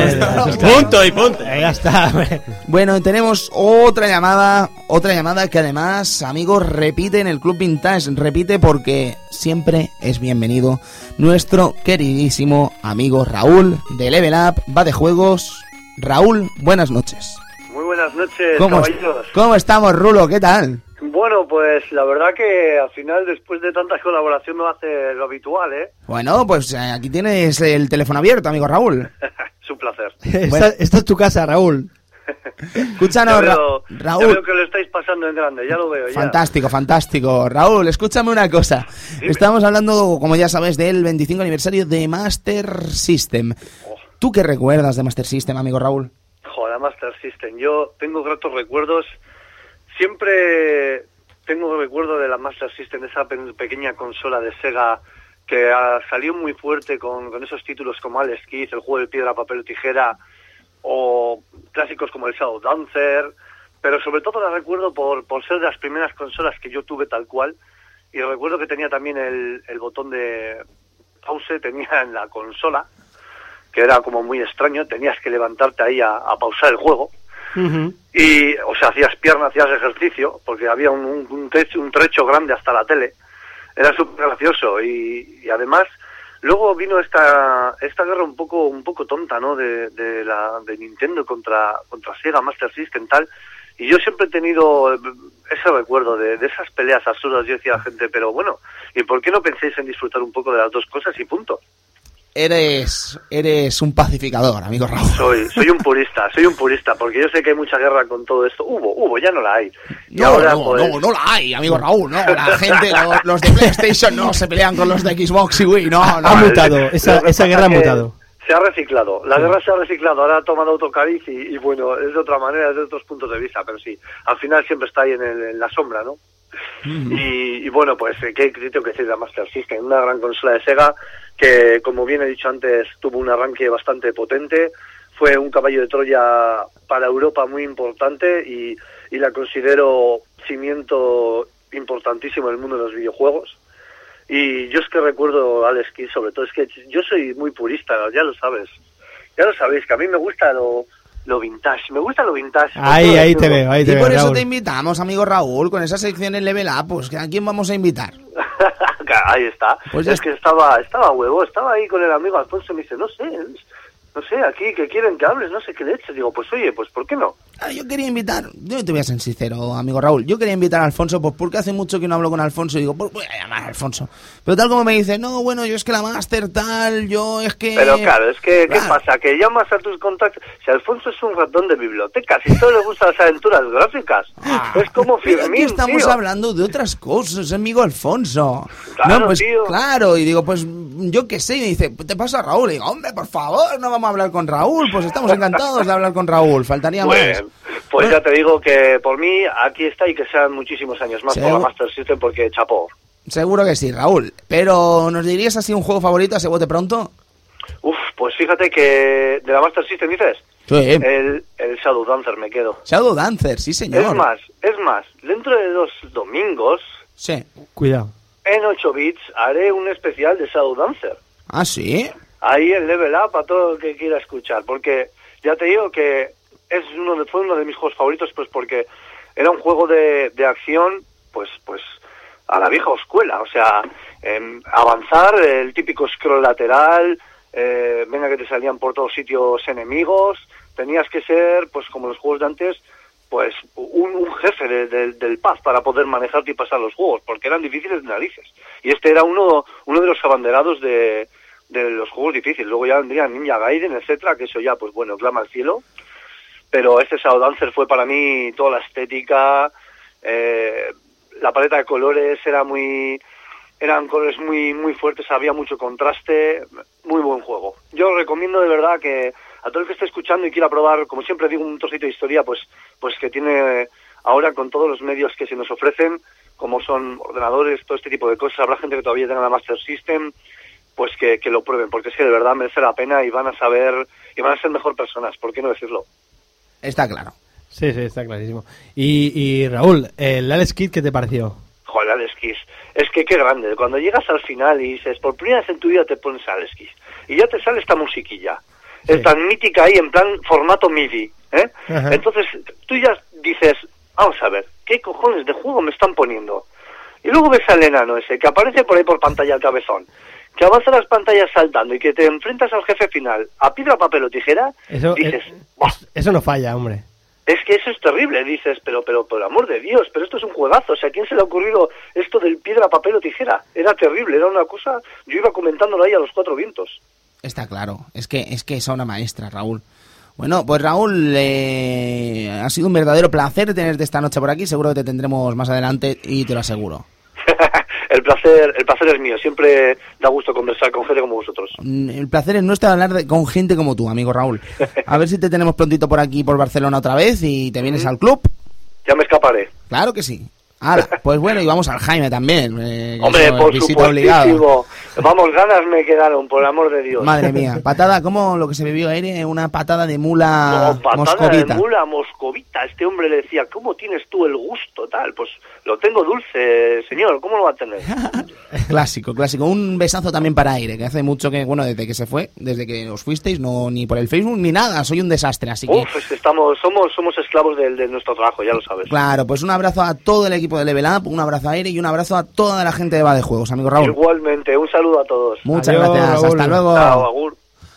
Punto y punto. Ya está. Bueno, tenemos otra llamada que además, amigos, repite en el Club Vintage. Repite porque siempre es bienvenido nuestro queridísimo amigo Raúl de Level Up, va de juegos. Raúl, buenas noches. Muy buenas noches, caballeros. ¿Cómo estamos, Rulo? ¿Qué tal? Bueno, pues la verdad que al final, después de tantas colaboraciones, no hace lo habitual, ¿eh? Bueno, pues aquí tienes el teléfono abierto, amigo Raúl. Es un placer. Esta es tu casa, Raúl. Escúchanos, Raúl. Ya veo que lo estáis pasando en grande, ya lo veo. Fantástico. Raúl, escúchame una cosa. Dime. Estamos hablando, como ya sabes, del 25 aniversario de Master System. ¿Tú qué recuerdas de Master System, amigo Raúl? Joder, Master System. Yo tengo gratos recuerdos. Siempre tengo recuerdo de la Master System, de esa pequeña consola de Sega que salió muy fuerte con esos títulos como Alex Kidd, el juego de piedra, papel o tijera, o clásicos como el Shadow Dancer, pero sobre todo la recuerdo por ser de las primeras consolas que yo tuve tal cual, y recuerdo que tenía también el botón de pause, tenía en la consola, que era como muy extraño, tenías que levantarte ahí a pausar el juego. Y, o sea, hacías pierna, hacías ejercicio, porque había un trecho grande hasta la tele. Era súper gracioso y además luego vino esta guerra un poco tonta, ¿no? de Nintendo contra Sega Master System tal, y yo siempre he tenido ese recuerdo de esas peleas absurdas. Yo decía a la gente, pero bueno, ¿y por qué no pensáis en disfrutar un poco de las dos cosas y punto? eres un pacificador, amigo Raúl. Soy un purista, porque yo sé que hay mucha guerra con todo esto. Hubo, ya no la hay. Y No, ahora, no, pues, no la hay, amigo Raúl, no. La gente, los de PlayStation no se pelean con los de Xbox y Wii, no. Ha mutado, esa guerra ha mutado. Se ha reciclado, la guerra se ha reciclado, ahora ha tomado otro cariz y bueno, es de otra manera, es de otros puntos de vista, pero sí, al final siempre está ahí en la sombra, ¿no? Y bueno, pues, ¿qué tengo que decir de la Master System? Una gran consola de Sega que, como bien he dicho antes, tuvo un arranque bastante potente, fue un caballo de Troya para Europa muy importante y la considero cimiento importantísimo en el mundo de los videojuegos. Y yo es que recuerdo Alex Kidd, sobre todo, es que yo soy muy purista, ya lo sabéis, que a mí me gusta lo vintage, Ahí te veo, Y por eso Raúl. te invitamos, amigo Raúl, con esa sección en Level Up, pues ¿a quién vamos a invitar? Ahí está, Pues es que estaba huevo, estaba ahí con el amigo Alfonso y me dice, no sé, aquí que quieren que hables, no sé qué leche. Digo, pues oye, pues ¿por qué no? Yo quería invitar, yo te voy a ser sincero, amigo Raúl, yo quería invitar a Alfonso, pues porque hace mucho que no hablo con Alfonso y digo, pues voy a llamar a Alfonso. Pero tal como me dice, no, bueno, yo es que la Master tal, yo es que... Pero claro, es que, Claro. ¿qué pasa? Que llamas a tus contactos. Si Alfonso es un ratón de biblioteca, si solo le gustan las aventuras gráficas, es como Pero Firmín, aquí estamos tío. hablando de otras cosas, amigo Alfonso. Claro, no, pues tío. claro, y digo, pues yo qué sé, y me dice, te pasa a Raúl, y digo, hombre, por favor, no vamos a hablar con Raúl, pues estamos encantados de hablar con Raúl, faltaría más. Pues ya te digo que por mí aquí está y que sean muchísimos años más Sí. por la Master System porque chapó. Seguro que sí, Raúl. Pero, ¿nos dirías así un juego favorito a bote pronto? Pues fíjate que de la Master System dices, Sí. el Shadow Dancer me quedo. Shadow Dancer, sí señor. Es más, dentro de 2 domingos, Sí. Cuidado. en 8 bits, haré un especial de Shadow Dancer. ¿Ah, sí? Ahí el Level Up a todo el que quiera escuchar, porque ya te digo que fue uno de mis juegos favoritos, pues porque era un juego de acción, pues a la vieja escuela, o sea, avanzar, el típico scroll lateral, venga que te salían por todos sitios enemigos, tenías que ser, pues como los juegos de antes, pues un jefe del paz para poder manejarte y pasar los juegos, porque eran difíciles de narices. Y este era uno de los abanderados de los juegos difíciles. Luego ya vendrían Ninja Gaiden, etcétera, que eso ya, pues bueno, clama al cielo. Pero este Shadow Dancer fue para mí toda la estética, la paleta de colores eran colores muy fuertes, había mucho contraste, muy buen juego. Yo recomiendo de verdad que a todo el que esté escuchando y quiera probar, como siempre digo, un trocito de historia, pues que tiene ahora con todos los medios que se nos ofrecen, como son ordenadores, todo este tipo de cosas, habrá gente que todavía tenga la Master System, pues que lo prueben, porque es que de verdad merece la pena y van a saber, y van a ser mejor personas, ¿por qué no decirlo? Está claro. Sí, está clarísimo. Y Raúl, el Alex Kidd, ¿qué te pareció? Joder, Alex Kidd, es que qué grande, cuando llegas al final y dices, por primera vez en tu vida te pones a Alex Kidd, y ya te sale esta musiquilla, Sí. es tan mítica ahí en plan formato MIDI, ¿eh? Ajá. Entonces tú ya dices, vamos a ver, ¿qué cojones de juego me están poniendo? Y luego ves al enano ese, que aparece por ahí por pantalla el cabezón, que avanza las pantallas saltando y que te enfrentas al jefe final a piedra, papel o tijera, dices, ¡buah! Eso no falla, hombre. Es que eso es terrible, dices, pero por amor de Dios, pero esto es un juegazo, o sea, ¿a quién se le ha ocurrido esto del piedra, papel o tijera? Era terrible, era una cosa, yo iba comentándolo ahí a los 4 vientos. Está claro. Es que es una maestra, Raúl. Bueno, pues Raúl, ha sido un verdadero placer tenerte esta noche por aquí. Seguro que te tendremos más adelante y te lo aseguro. El placer es mío, siempre da gusto conversar con gente como vosotros. El placer es nuestro hablar con gente como tú, amigo Raúl. A ver si te tenemos prontito por aquí, por Barcelona otra vez y te vienes al club. Ya me escaparé. Claro que sí. Hala, pues bueno, y vamos al Jaime también. Hombre, eso, por visita obligada. supuestísimo. Vamos, ganas me quedaron, por el amor de Dios. Madre mía, patada, ¿cómo lo que se bebió aire? Una patada de mula No, patada moscovita. de mula moscovita. Este hombre le decía, ¿cómo tienes tú el gusto tal? Pues lo tengo dulce, señor, ¿cómo lo va a tener? Clásico. Un besazo también para Aire, que hace mucho que, bueno, desde que se fue, desde que os fuisteis, no ni por el Facebook ni nada, soy un desastre, así que... Uf, es que somos esclavos de nuestro trabajo, ya lo sabes. Claro, pues un abrazo a todo el equipo de Level Up, un abrazo a Aire y un abrazo a toda la gente de Va de Juegos, amigo Raúl. Igualmente, un saludo a todos. Muchas Adiós, gracias, Raúl. hasta luego. Chao, agur.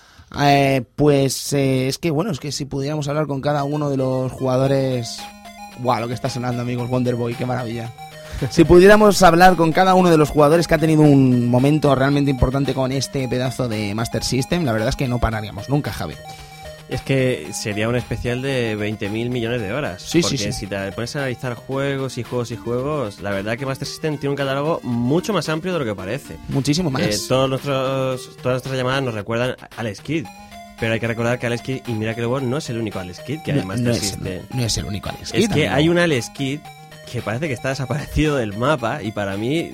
Pues es que si pudiéramos hablar con cada uno de los jugadores... Buah, lo que está sonando, amigos, Wonder Boy, qué maravilla. Si pudiéramos hablar con cada uno de los jugadores que ha tenido un momento realmente importante con este pedazo de Master System, la verdad es que no pararíamos nunca, Javi. Es que sería un especial de 20.000 millones de horas. Sí, porque sí, sí. si te pones a analizar juegos y juegos y juegos, la verdad que Master System tiene un catálogo mucho más amplio de lo que parece. Muchísimo más. Todas nuestras llamadas nos recuerdan a Alex Kidd. Pero hay que recordar que Alex Kidd y Miracle World no es el único Alex Kidd que hay en Master System. No es el único Alex Kidd. Es que amigo. hay un Alex Kidd que parece que está desaparecido del mapa y para mí,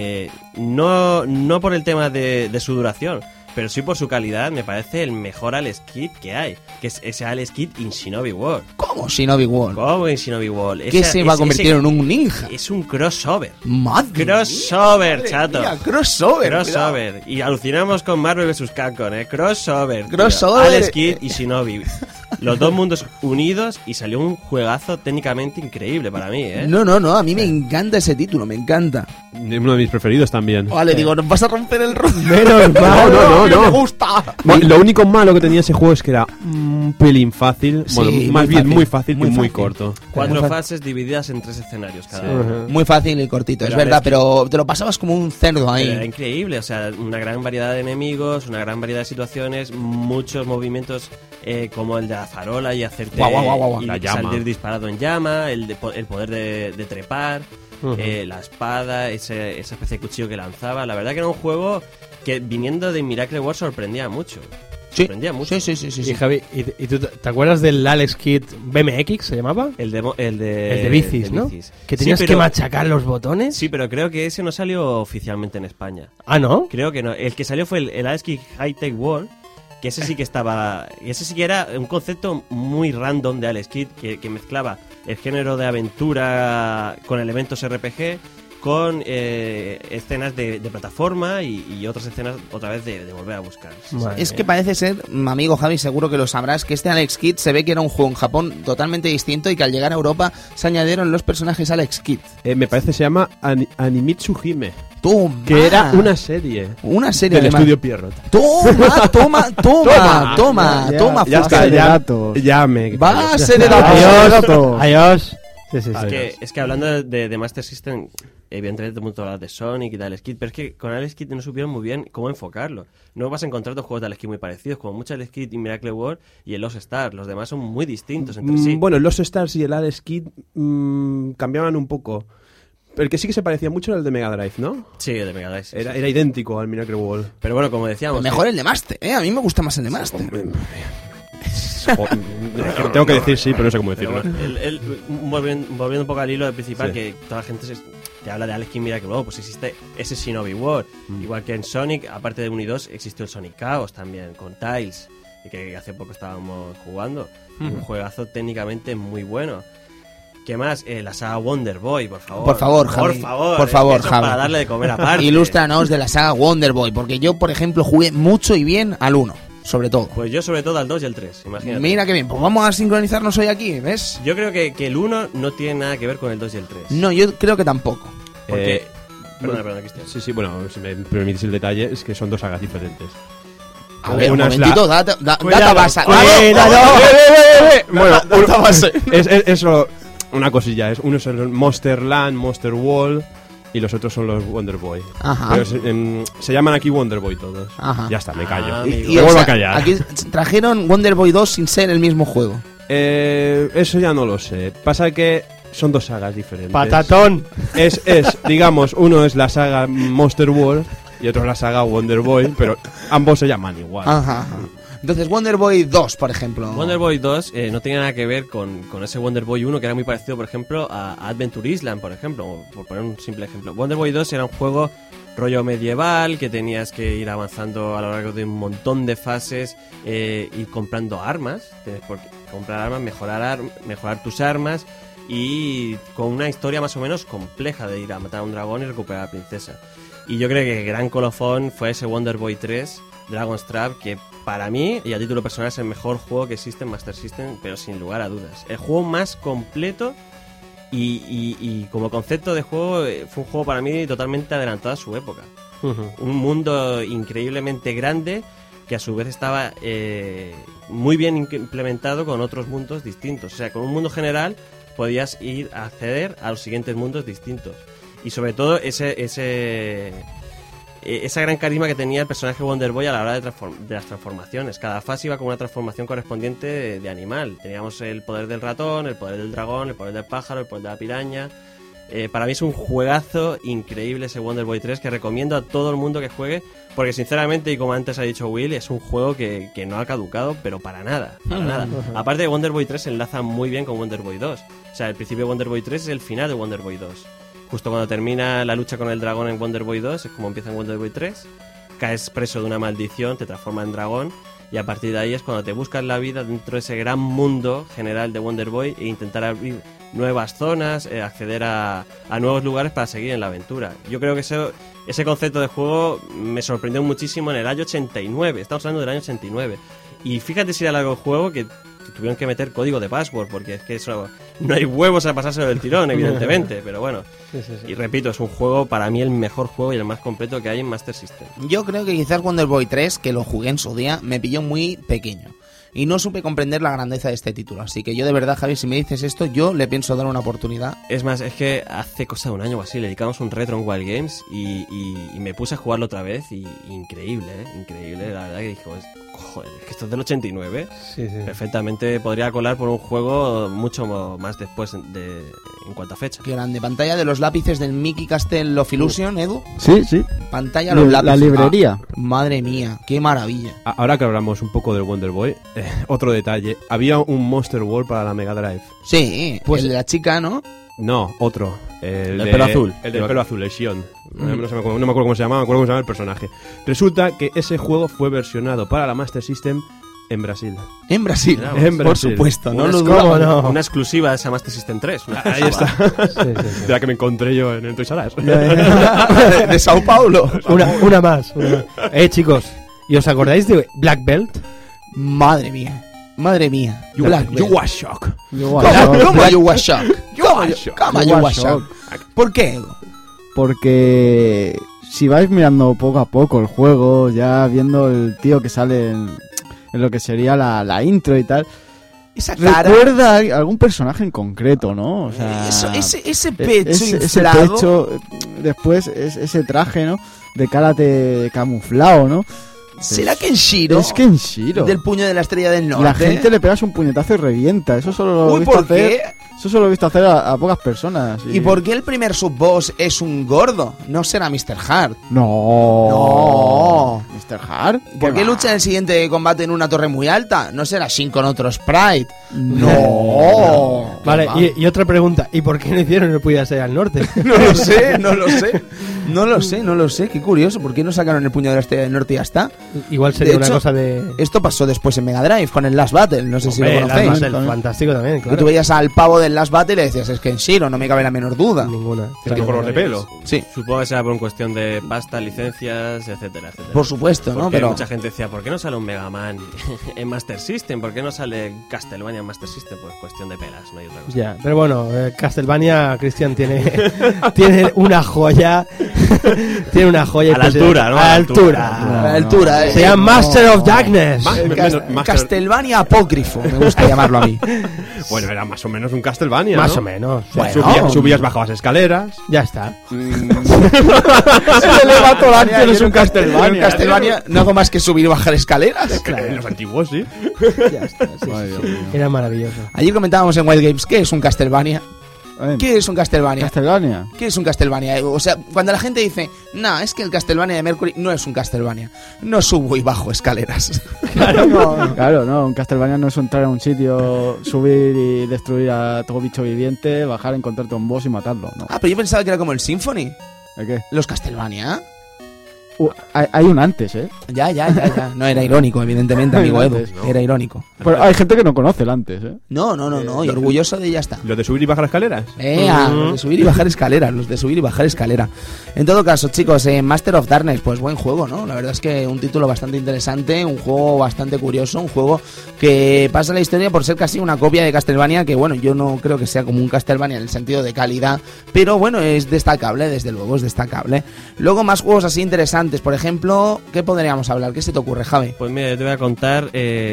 no por el tema de su duración, pero sí por su calidad, me parece el mejor Alex Kidd que hay, que es ese Alex Kidd in Shinobi World. ¿Cómo Shinobi World? ¿Cómo en Shinobi World? ¿Qué se va a convertir en un ninja? Es un crossover. ¡Madre Crossover, mía, chato. madre mía, crossover. Crossover. Y alucinamos con Marvel vs. Capcom, Crossover. tío. Crossover. Alex Kidd y Shinobi. Los dos mundos unidos y salió un juegazo técnicamente increíble para mí, No, a mí me encanta ese título, me encanta. Uno de mis preferidos también. Vale, digo, ¿nos vas a romper el rollo? Menos mal, no. me gusta. Lo único malo que tenía ese juego es que era un pelín fácil. Sí, Bueno, muy más bien fácil, muy fácil muy y muy fácil. corto. 4 fases divididas en 3 escenarios cada uno. Muy fácil y cortito, Pero es verdad, es que- pero te lo pasabas como un cerdo ahí. Era increíble, o sea, una gran variedad de enemigos, una gran variedad de situaciones, muchos movimientos como el de la farola y hacerte Guau. y La llama. salir disparado en llama, el poder de trepar, la espada, esa especie de cuchillo que lanzaba. La verdad que era un juego que viniendo de Miracle World sorprendía mucho. Sí, Sorprendía mucho. sí. Y Javi, ¿y tú te acuerdas del Alex Kidd BMX, se llamaba? El de El de bicis, ¿no? Que tenías Sí, que pero- machacar los botones. Sí, pero creo que ese no salió oficialmente en España. Ah, ¿no? Creo que no. El que salió fue el Alex Kidd High Tech World, que ese sí que estaba... Ese sí que era un concepto muy random de Alex Kidd, que mezclaba el género de aventura con elementos RPG, con escenas de plataforma y otras escenas otra vez de volver a buscar. Vale. Es que parece ser, amigo Javi, seguro que lo sabrás, que este Alex Kidd se ve que era un juego en Japón totalmente distinto y que al llegar a Europa se añadieron los personajes Alex Kidd. Me parece que se llama Animitsu Hime. Toma. Que era una serie Una serie del además. estudio Pierrot. Toma, Ya está, base de ya, datos. ya me... Base de Adiós. datos. Adiós. Sí, sí, sí. Es que hablando de Master System, evidentemente todo el mundo habla de Sonic y de Alex Kidd, pero es que con Alex Kidd no supieron muy bien cómo enfocarlo. No vas a encontrar dos juegos de Alex Kidd muy parecidos, como mucho Alex Kidd y Miracle World y el Lost Stars. Los demás son muy distintos entre sí. Bueno, los Stars y el Alex Kidd cambiaban un poco. El que sí que se parecía mucho era el de Mega Drive, ¿no? Sí, el de Mega Drive. Sí, Era, sí. era idéntico al Miracle World. Pero bueno, como decíamos... Mejor el de Master, A mí me gusta más el de Master. Tengo que decir sí, pero no sé cómo decirlo. Pero bueno, volviendo un poco al hilo principal, Sí. que toda la gente te habla de Alex Kidd Miracle World, pues existe ese Shinobi World. Igual que en Sonic, aparte de 1 y 2, existió el Sonic Chaos también, con Tiles, y que hace poco estábamos jugando. Un juegazo técnicamente muy bueno. ¿Qué más? La saga Wonder Boy, por favor. Por favor, Javi. Por favor, eso Javi. para darle de comer aparte. Ilústranos de la saga Wonder Boy, porque yo, por ejemplo, jugué mucho y bien al 1, sobre todo. Pues yo sobre todo al 2 y al 3, imagínate. Mira qué bien, pues vamos a sincronizarnos hoy aquí, ¿ves? Yo creo que el 1 no tiene nada que ver con el 2 y el 3. No, yo creo que tampoco. Porque... Perdona, Cristian. Sí, bueno, si me permitís el detalle, es que son dos sagas diferentes. A ver, un Una es momentito, la- data base. Bueno, eso, una cosilla, uno es el Monster Land, Monster World y los otros son los Wonder Boy. Ajá. Pero se llaman aquí Wonder Boy todos. Ajá. Ya está, me callo. amigo. Y, Me o vuelvo sea, a callar. aquí trajeron Wonder Boy 2 sin ser el mismo juego. Eso ya no lo sé. Pasa que son dos sagas diferentes. Patatón. Es, digamos, uno es la saga Monster World y otro es la saga Wonder Boy, pero ambos se llaman igual. Ajá. Entonces, Wonder Boy 2, por ejemplo. Wonder Boy 2 no tenía nada que ver con ese Wonder Boy 1 que era muy parecido, por ejemplo, a Adventure Island, por ejemplo, por poner un simple ejemplo. Wonder Boy 2 era un juego rollo medieval que tenías que ir avanzando a lo largo de un montón de fases, ir comprando armas, tienes que comprar armas, mejorar tus armas y con una historia más o menos compleja de ir a matar a un dragón y recuperar a la princesa. Y yo creo que el gran colofón fue ese Wonder Boy 3, Dragon's Trap, que para mí, y a título personal, es el mejor juego que existe en Master System, pero sin lugar a dudas. El juego más completo y como concepto de juego, fue un juego para mí totalmente adelantado a su época. Un mundo increíblemente grande que a su vez estaba muy bien implementado con otros mundos distintos. O sea, con un mundo general podías ir a acceder a los siguientes mundos distintos. Y sobre todo esa gran carisma que tenía el personaje Wonder Boy a la hora de las transformaciones. Cada fase iba con una transformación correspondiente de animal. Teníamos el poder del ratón, el poder del dragón, el poder del pájaro, el poder de la piraña. Para mí es un juegazo increíble ese Wonder Boy 3 que recomiendo a todo el mundo que juegue, porque sinceramente, y como antes ha dicho Will, es un juego que no ha caducado, pero para nada, nada. Aparte de Wonder Boy 3 se enlaza muy bien con Wonder Boy 2. O sea, el principio de Wonder Boy 3 es el final de Wonder Boy 2. Justo cuando termina la lucha con el dragón en Wonder Boy 2 es como empieza en Wonder Boy 3. Caes preso de una maldición, te transforma en dragón, y a partir de ahí es cuando te buscas la vida dentro de ese gran mundo general de Wonder Boy e intentar abrir nuevas zonas, acceder a nuevos lugares para seguir en la aventura. Yo creo que ese concepto de juego me sorprendió muchísimo en el año 89. Estamos hablando del año 89. Y fíjate si era largo el juego que tuvieron que meter código de password, porque es que eso no hay huevos a pasárselo del tirón, evidentemente, pero bueno. Sí. Y repito, es un juego, para mí, el mejor juego y el más completo que hay en Master System. Yo creo que quizás Wonder Boy 3, que lo jugué en su día, me pilló muy pequeño y no supe comprender la grandeza de este título. Así que yo de verdad, Javi, si me dices esto, yo le pienso dar una oportunidad. Es más, es que hace cosa de un año o así le dedicamos un retro en Wild Games y me puse a jugarlo otra vez y increíble, increíble. La verdad que dije, joder, es que esto es del 89. Sí. Perfectamente podría colar por un juego mucho más después en cuanto a fecha. Qué grande. Pantalla de los lápices del Mickey Castle of Illusion, Edu. Sí. Pantalla los lápices. La librería. Madre mía, qué maravilla. Ahora que hablamos un poco del Wonder Boy, otro detalle. Había un Monster World para la Mega Drive. Sí, pues el de la chica, ¿no? No, otro. El del pelo azul. El del pelo azul, el Shion. No me acuerdo cómo se llamaba, me acuerdo cómo se llama el personaje. Resulta que ese juego fue versionado para la Master System en Brasil. ¿En Brasil? Claro, en Brasil. Por supuesto, no lo dudo. No. Una exclusiva de esa Master System 3. Ahí está. Sí. De la que me encontré yo en el Toys R Us. De Sao Paulo. Una más. Chicos, ¿y os acordáis de Black Belt? Madre mía. You was shock. ¿Cómo you was shock? ¿Cómo you was shock? ¿Por qué? Porque si vais mirando poco a poco el juego, ya viendo el tío que sale en lo que sería la intro y tal, esa cara, recuerda a algún personaje en concreto, ¿no? O sea, ese pecho ese inflado. Pecho, después ese traje, ¿no? De karate camuflado, ¿no? ¿Será Kenshiro? Es Kenshiro. Del puño de la estrella del norte. La gente le pegas un puñetazo y revienta. Eso solo lo he visto hacer. Eso solo lo he visto hacer a pocas personas. ¿Y por qué el primer subboss es un gordo? ¿No será Mr. Hard? No. ¿Mr. Hard? ¿Por qué lucha en el siguiente combate en una torre muy alta? ¿No será Shin con otro sprite? No. Vale, y otra pregunta. ¿Y por qué no hicieron el Puño de la Estrella del Norte? No lo sé. Qué curioso. ¿Por qué no sacaron el Puño de la Estrella del Norte y ya está? Igual sería una cosa de... Esto pasó después en Mega Drive con el Last Battle. No sé si lo conocéis. Fantástico también, claro. Que tú veías al pavo del Last Battle y le decías, es Kenshiro, no me cabe la menor duda. Ninguna. ¿Es que color de pelo? Sí. Supongo que será por una cuestión de pasta, licencias, etcétera. Por supuesto, ¿no? Porque Pero mucha gente decía, ¿por qué no sale un Mega Man en Master System? ¿Por qué no sale Castlevania en Master System? Pues cuestión de pelas, no hay otra cosa. Ya, pero bueno, Castlevania, Cristian, tiene una joya. Tiene una joya. A la altura, ¿no? A la altura. Se llama Master of Darkness. Castlevania apócrifo, me gusta llamarlo a mí. Bueno, era más o menos un Castlevania, Más ¿no? o menos. Bueno. Subías, bajabas escaleras. Ya está. Es un Castlevania. No hago más que subir y bajar escaleras. Claro. En los antiguos, sí. Ya está. Sí. Era maravilloso. Ayer comentábamos en Wild Games, ¿qué es un Castlevania? ¿Qué es un Castlevania? ¿Qué es un Castlevania? O sea, cuando la gente dice, no, es que el Castlevania de Mercury no es un Castlevania. No subo y bajo escaleras. Claro, no. Un Castlevania no es entrar a un sitio, subir y destruir a todo bicho viviente, bajar, encontrarte un boss y matarlo, ¿no? Ah, pero yo pensaba que era como el Symphony. ¿El qué? Los Castlevania. Hay un antes, ¿eh? Ya. No, era irónico, evidentemente, amigo Edu. ¿No? Era irónico. Pero hay gente que no conoce el antes, ¿eh? No. Y orgulloso de ya está. ¿Los de subir y bajar escaleras? Los de subir y bajar escalera. En todo caso, chicos, Master of Darkness, pues buen juego, ¿no? La verdad es que un título bastante interesante, un juego bastante curioso, un juego que pasa la historia por ser casi una copia de Castlevania, que bueno, yo no creo que sea como un Castlevania en el sentido de calidad, pero bueno, es destacable, desde luego, es destacable. Luego más juegos así interesantes, por ejemplo, ¿qué podríamos hablar? ¿Qué se te ocurre, Javi? Pues mira, yo te voy a contar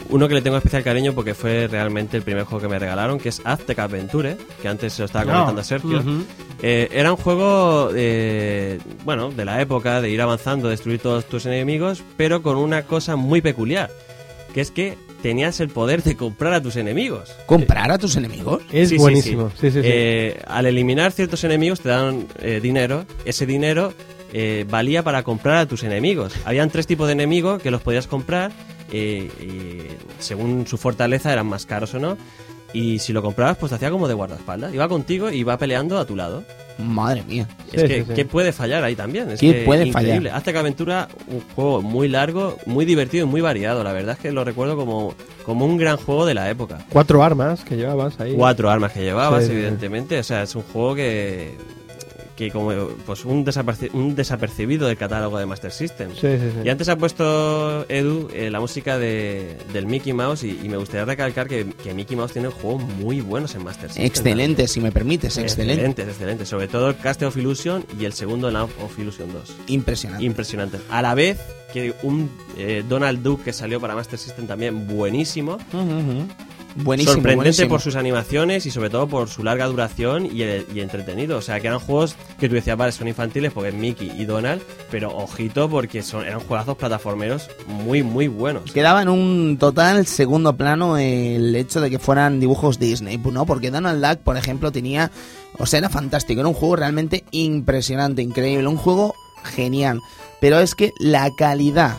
uno que le tengo especial cariño porque fue realmente el primer juego que me regalaron, que es Aztec Adventure, que antes se lo estaba comentando a Sergio. Era un juego, bueno, de la época, de ir avanzando, destruir todos tus enemigos, pero con una cosa muy peculiar, que es que tenías el poder de comprar a tus enemigos. ¿Comprar a tus enemigos? Es Sí, buenísimo. sí. Sí. Al eliminar ciertos enemigos te dan dinero. Ese dinero valía para comprar a tus enemigos. Habían 3 tipos de enemigos que los podías comprar y según su fortaleza eran más caros o no. Y si lo comprabas, pues te hacía como de guardaespaldas. Iba contigo y iba peleando a tu lado. Madre mía. Es Sí, que, sí, sí. ¿qué puede fallar ahí también? Es ¿Qué que puede increíble. fallar? Aztec Aventura, un juego muy largo, muy divertido y muy variado. La verdad es que lo recuerdo como un gran juego de la época. 4 armas que llevabas ahí. 4 armas que llevabas, Sí, sí, sí. evidentemente. O sea, es un juego que como pues un desapercibido del catálogo de Master System. Sí. Y antes ha puesto Edu la música del Mickey Mouse y me gustaría recalcar que Mickey Mouse tiene juegos muy buenos en Master System. Excelente, si me permites, excelente. Excelente. Sobre todo el Castle of Illusion y el segundo Land of Illusion 2. Impresionante. Impresionante. A la vez que un Donald Duck que salió para Master System también buenísimo. Buenísimo, Sorprendente buenísimo. por sus animaciones y sobre todo por su larga duración y entretenido. O sea, que eran juegos que tú decías, vale, son infantiles porque es Mickey y Donald, pero ojito porque eran juegazos plataformeros muy, muy buenos. Quedaba en un total segundo plano el hecho de que fueran dibujos Disney, ¿no? Porque Donald Duck, por ejemplo, tenía... O sea, era fantástico, era un juego realmente impresionante, increíble, un juego genial. Pero es que la calidad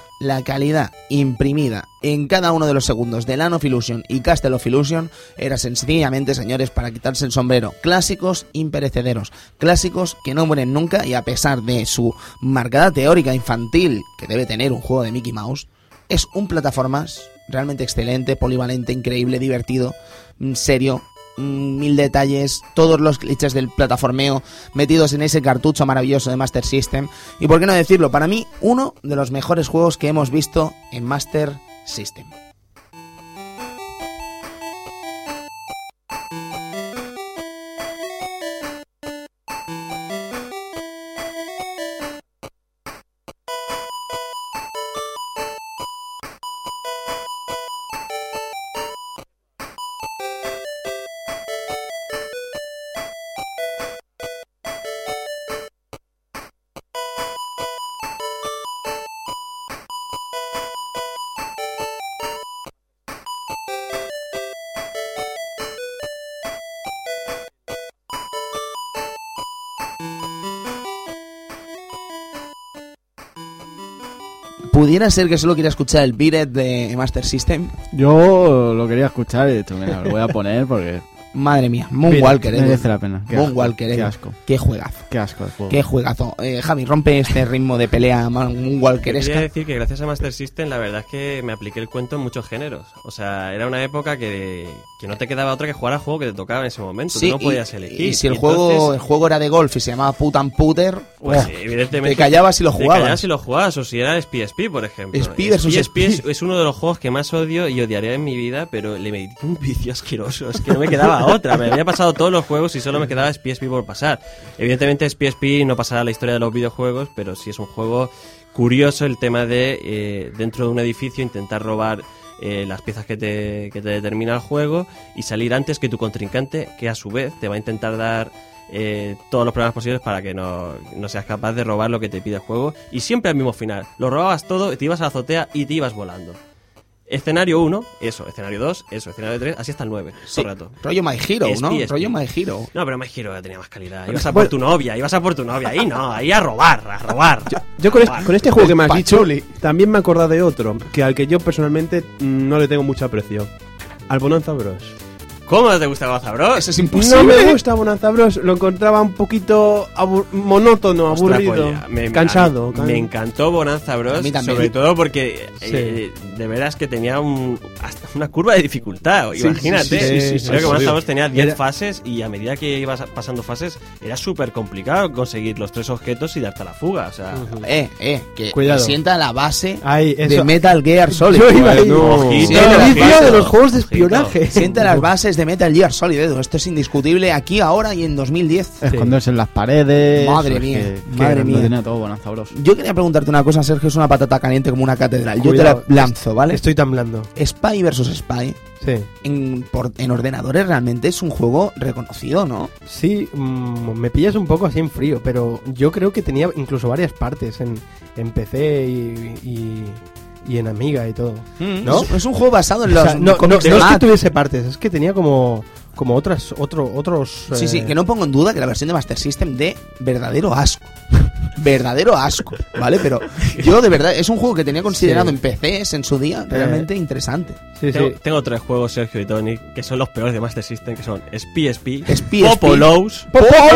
imprimida en cada uno de los segundos de Land of Illusion y Castle of Illusion era sencillamente, señores, para quitarse el sombrero. Clásicos imperecederos, clásicos que no mueren nunca y a pesar de su marcada teórica infantil que debe tener un juego de Mickey Mouse, es un plataformas realmente excelente, polivalente, increíble, divertido, serio, 1000 detalles, todos los clichés del plataformeo metidos en ese cartucho maravilloso de Master System. Y por qué no decirlo, para mí, uno de los mejores juegos que hemos visto en Master System. ¿Pudiera ser que solo quería escuchar el Beat It de Master System? Yo lo quería escuchar y he dicho, mira, lo voy a poner porque Madre mía, Moonwalker, merece la pena. Qué Moonwalker, asco, qué asco. Qué juegazo. Qué asco de juego. Qué juegazo. Javi, rompe este ritmo de pelea Moonwalkeresca. Quería decir que gracias a Master System la verdad es que me apliqué el cuento en muchos géneros. O sea, era una época que no te quedaba otra que jugar al juego que te tocaba en ese momento. Sí, tú no podías elegir. Y si el entonces, juego era de golf y se llamaba Put and Putter, pues evidentemente te callabas y lo Te jugabas. callabas y lo jugabas, o si era SPSP, por ejemplo. Speed versus SPSP es uno de los juegos que más odio y odiaría en mi vida, pero le metí un vicio asqueroso. Es que no me quedaba otra. Me había pasado todos los juegos y solo me quedaba SPSP por pasar. Evidentemente SPSP no pasará a la historia de los videojuegos, pero sí es un juego curioso el tema de dentro de un edificio intentar robar las piezas que te determina el juego y salir antes que tu contrincante, que a su vez te va a intentar dar todos los problemas posibles para que no seas capaz de robar lo que te pide el juego, y siempre al mismo final. Lo robabas todo, te ibas a la azotea y te ibas volando. Escenario 1, eso. Escenario 2, eso. Escenario 3, así hasta el 9, Sí, todo el rato. rollo My Hero, ¿no? SPSP. Rollo My Hero. No, pero My Hero tenía más calidad. Ibas a por tu novia. Ahí no, ahí a robar. Yo con este juego que me has dicho, Pachuli. también me he acordado de otro, que al que yo personalmente no le tengo mucho aprecio. Al Bonanza Bros. ¿Cómo no te gusta Bonanza Bros? Eso es imposible. No me gusta Bonanza Bros, lo encontraba un poquito monótono, Ostras, aburrido, pues, cansado. Me encantó Bonanza Bros. A mí también. Sobre todo porque Sí. de veras que tenía una curva de dificultad, imagínate. sí, Creo que Master Bros tenía 10 Era- fases y a medida que ibas pasando fases era súper complicado conseguir los 3 objetos y darte la fuga. O sea, Que Cuidado. sienta la base Ay, de eso- Metal Gear Solid. Yo iba ahí. no. Sí, Ojito, el inicio ojito, de los juegos de ojito. espionaje. Sienta las bases de Metal Gear Solid, Edu. Esto es indiscutible aquí, ahora y en 2010. Esconderse en las paredes. Madre es mía, que madre lo mía. tenía todo Bonanza Bros. Yo quería preguntarte una cosa, Sergio, es una patata caliente como una catedral. Yo Cuidado. te la lanzo, ¿vale? Estoy temblando. Spy vs Spy Sí. en ordenadores realmente es un juego reconocido, ¿no? Sí, me pillas un poco así en frío, pero yo creo que tenía incluso varias partes en PC y en Amiga y todo. ¿No? Es un juego basado en O los sea, no cómics de es que Matt. tuviese partes, es que tenía como otros... Sí, que no pongo en duda que la versión de Master System de verdadero asco. Verdadero asco, ¿vale? Pero yo de verdad, es un juego que tenía considerado en PCs en su día realmente interesante. Sí, sí. tengo 3 juegos, Sergio y Tony, que son los peores de Master System, que son Spy, Spy, Popolous,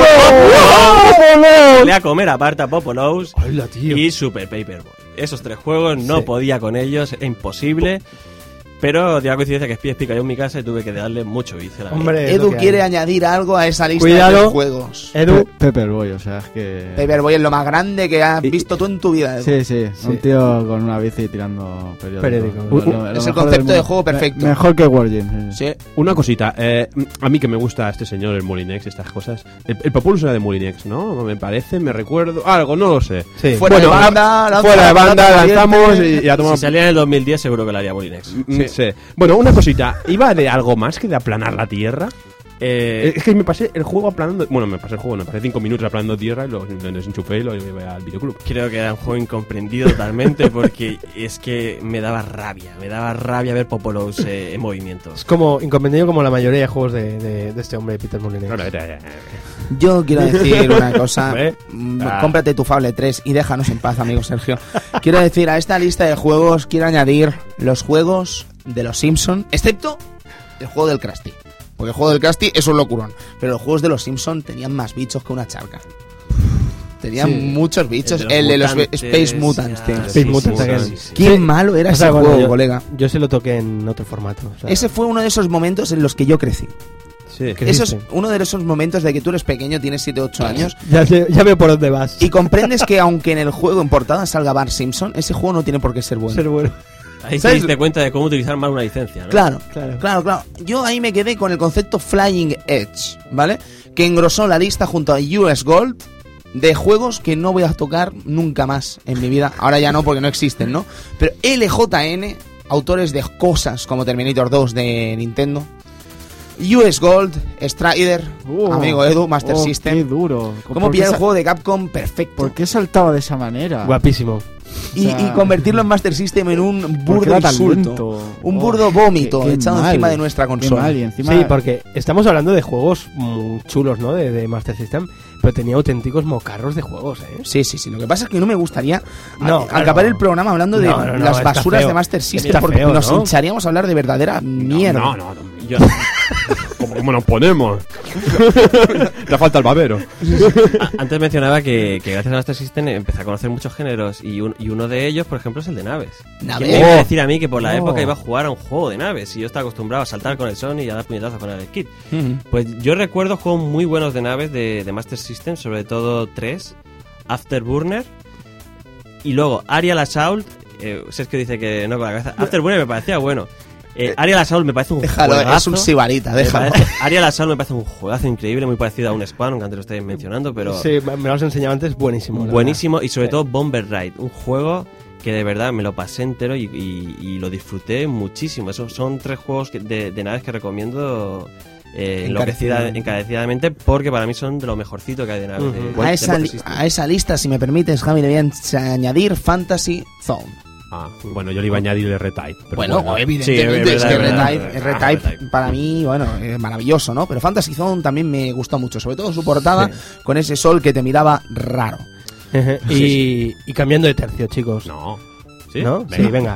¡Popolo! le a comer aparte a Popolous ¡Hola, tío! y Super Paperboy. Esos 3 juegos no Sí. podía con ellos, es imposible. Pero dio la coincidencia que Spy cayó en mi casa y tuve que darle mucho vicio. La verdad. Hombre, es lo Edu que quiere hay. añadir algo a esa lista Cuidado. de juegos. Edu, Paperboy, o sea, es que... Paperboy es lo más grande que has visto tú en tu vida, Edu. Sí, un tío con una bici tirando periódico. Periódico. Es el concepto de juego perfecto. Mejor que Wargame. Sí. Una cosita, a mí que me gusta este señor, el Molinex, estas cosas. El Populus era de Molinex, ¿no? Me parece, me recuerdo. Algo, no lo sé. sí. Fuera de banda, lanza fuera de la banda, pelota lanzamos caliente. y a tomar. Si salía en el 2010 seguro que lo haría Molinex. Sí. Bueno, una cosita, ¿iba de algo más que de aplanar la tierra? Es que me pasé el juego aplanando. Bueno, me pasé el juego, me pasé 5 minutos aplanando tierra y lo desenchufé y lo llevé al videoclub. Creo que era un juego incomprendido totalmente porque es que me daba rabia ver Popolous en movimiento. Es como incomprendido como la mayoría de juegos de este hombre, Peter Molyneux. Yo quiero decir una cosa. ¿Eh? Cómprate tu Fable 3 y déjanos en paz, amigo Sergio. Quiero decir, a esta lista de juegos quiero añadir los juegos de los Simpson, excepto el juego del Krusty. Porque el juego del Krusty es un locurón. Pero los juegos de los Simpson tenían más bichos que una charca. Tenían muchos bichos. El de los Space Mutants, tío. Space Mutants, aquel. Qué Sí. malo era O sea, ese bueno, juego, yo- colega. Yo se lo toqué en otro formato. O sea, Ese fue uno de esos momentos en los que yo crecí. Sí. ¿Qué Eso es hiciste? uno de esos momentos de que tú eres pequeño, tienes 7 8 años, Ya veo por dónde vas. y comprendes que aunque en el juego en portada salga Bart Simpson, ese juego no tiene por qué ser bueno. Ser bueno. Ahí te ¿Sabes? diste cuenta de cómo utilizar mal una licencia, ¿no? Claro. Yo ahí me quedé con el concepto Flying Edge, ¿vale? Que engrosó la lista junto a US Gold de juegos que no voy a tocar nunca más en mi vida. Ahora ya no, porque no existen, ¿no? Pero LJN, autores de cosas como Terminator 2 de Nintendo, US Gold, Strider, amigo Edu, Master Qué System. duro. ¿Cómo ¿Por qué pillar el sa- juego de Capcom perfecto? ¿Por qué saltaba de esa manera? Guapísimo. Y, O sea, y convertirlo en Master System en un ¿Por qué burdo era tan insulto. lento? Un Oh, burdo vómito qué echado mal. encima de nuestra Qué consola. mal, y encima... Sí, porque estamos hablando de juegos chulos, ¿no? De Master System, pero tenía auténticos mocarros de juegos, ¿eh? Sí. Lo que pasa es que no me gustaría No, claro. acabar el programa hablando de No, las está basuras feo. de Master System Está porque feo, nos ¿no? hincharíamos a hablar de verdadera mierda. No. Yo, ¿Cómo nos ponemos? Te falta el babero. antes mencionaba que gracias a Master System empecé a conocer muchos géneros y uno de ellos, por ejemplo, es el de naves. ¿Naves? ¿Quién me iba a decir a mí que por la Oh. época iba a jugar a un juego de naves? Y yo estaba acostumbrado a saltar con el Sony y a dar puñetazos con el Kit. Ujú. Pues yo recuerdo juegos muy buenos de naves de Master System, sobre todo 3, Afterburner y luego Aerial Assault. Sergio dice que no con la cabeza. Afterburner me parecía bueno. Aerial Assault me parece un Déjalo, juegazo. es un sibarita, déjalo. Aerial Assault me parece un juegazo increíble, muy parecido a un Spawn, que antes lo estáis mencionando, pero Sí, me lo has enseñado antes, buenísimo. la buenísimo. Y sobre Sí. todo Bomber Ride, un juego que de verdad me lo pasé entero y lo disfruté muchísimo. Esos son 3 juegos de naves que recomiendo encarecidamente, porque para mí son de lo mejorcito que hay de naves. Ujú. A esa lista, si me permites, Javi, le voy a añadir Fantasy Zone. Bueno, yo le iba a añadir el R-Type. pero Bueno, Sí, evidentemente, es es que verdad, R-Type R-Type. para mí, bueno, es maravilloso, ¿no? Pero Fantasy Zone también me gustó mucho, sobre todo su portada con ese sol que te miraba raro. Y cambiando de tercio, chicos. No. ¿Sí? ¿No? Sí, venga.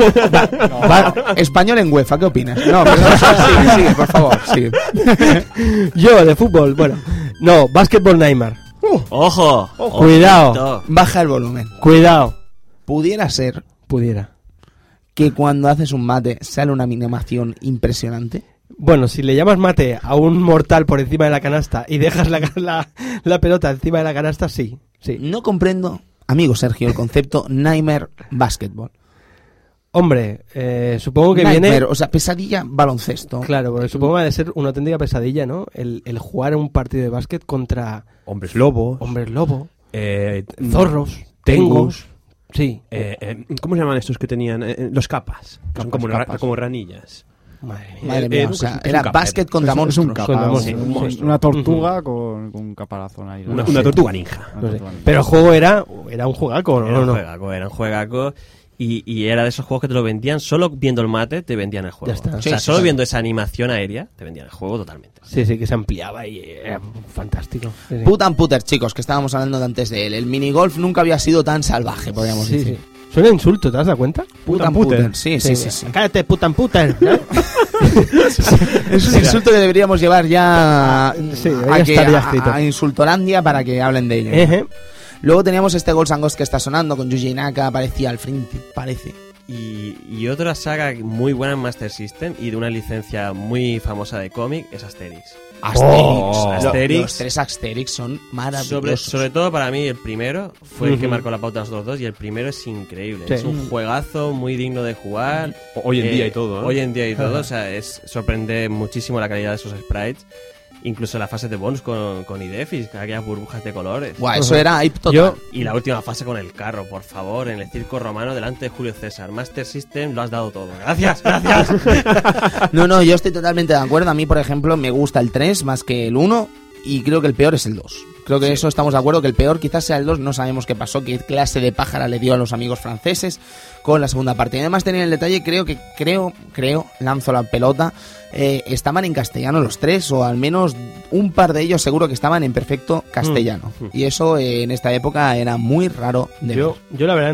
Español en UEFA, ¿qué opinas? No, pero sigue, por favor, sigue. Yo, de fútbol, bueno. No, Basketball Neymar. ¡Ojo! Cuidado. Ojito. Baja el volumen. Cuidado. Pudiera ser Pudiera. que cuando haces un mate sale una animación impresionante? Bueno, si le llamas mate a un mortal por encima de la canasta y dejas la pelota encima de la canasta, sí. No comprendo, amigo Sergio, el concepto Nightmare Basketball. Hombre, supongo que Nightmare, viene... o sea, pesadilla baloncesto. Claro, porque supongo que ha de ser una auténtica pesadilla, ¿no? El jugar un partido de básquet contra... Hombres lobo. Zorros. Tengus. Sí. ¿Cómo se llaman estos que tenían? Los capas. Son como ranillas. Madre mía, o sea, era capa, básquet contra Es monstruos. un capa, Sí, un monstruo. una tortuga con un caparazón ahí. Una tortuga ninja. Una No sé. tortuga ninja. Pero el juego era un juegaco, ¿no? Era un juegaco. Y era de esos juegos que te lo vendían solo viendo el mate, te vendían el juego. Ya está. O sea, Sí, solo sí. viendo esa animación aérea, te vendían el juego totalmente. Sí, que se ampliaba y era fantástico. Sí, sí. Put and Putter, chicos, que estábamos hablando antes de él. El minigolf nunca había sido tan salvaje, podríamos Sí, decir. sí. Suena insulto, ¿te das cuenta? Put and Putter, sí. Cállate, putan puter. Es un insulto que deberíamos llevar ya Sí, debería estar ya escrito. a Insultolandia para que hablen de ello. Eje. Luego teníamos este Ghosts and Ghosts que está sonando con Yuji Naka, aparecía al frente, parece. Y otra saga muy buena en Master System y de una licencia muy famosa de cómic es Asterix. Asterix. Los tres Asterix son maravillosos. Sobre todo para mí el primero fue el que marcó la pauta a nosotros dos y el primero es increíble. Sí. Es un juegazo muy digno de jugar. Hoy en día y todo, ¿no? Hoy en día y todo, o sea, sorprende muchísimo la calidad de esos sprites. Incluso la fase de bonus con Idefix, aquellas burbujas de colores. Buah, eso era hype total. Y la última fase con el carro, por favor, en el circo romano delante de Julio César. Master System, lo has dado todo. Gracias. No, yo estoy totalmente de acuerdo. A mí, por ejemplo, me gusta el 3 más que el 1 y creo que el peor es el 2. Creo que eso estamos de acuerdo, que el peor quizás sea el 2. No sabemos qué pasó, qué clase de pájara le dio a los amigos franceses con la segunda parte. Y además tenía el detalle, creo, lanzo la pelota, estaban en castellano los tres, o al menos un par de ellos seguro que estaban en perfecto castellano. Y eso en esta época era muy raro de ver. Yo la verdad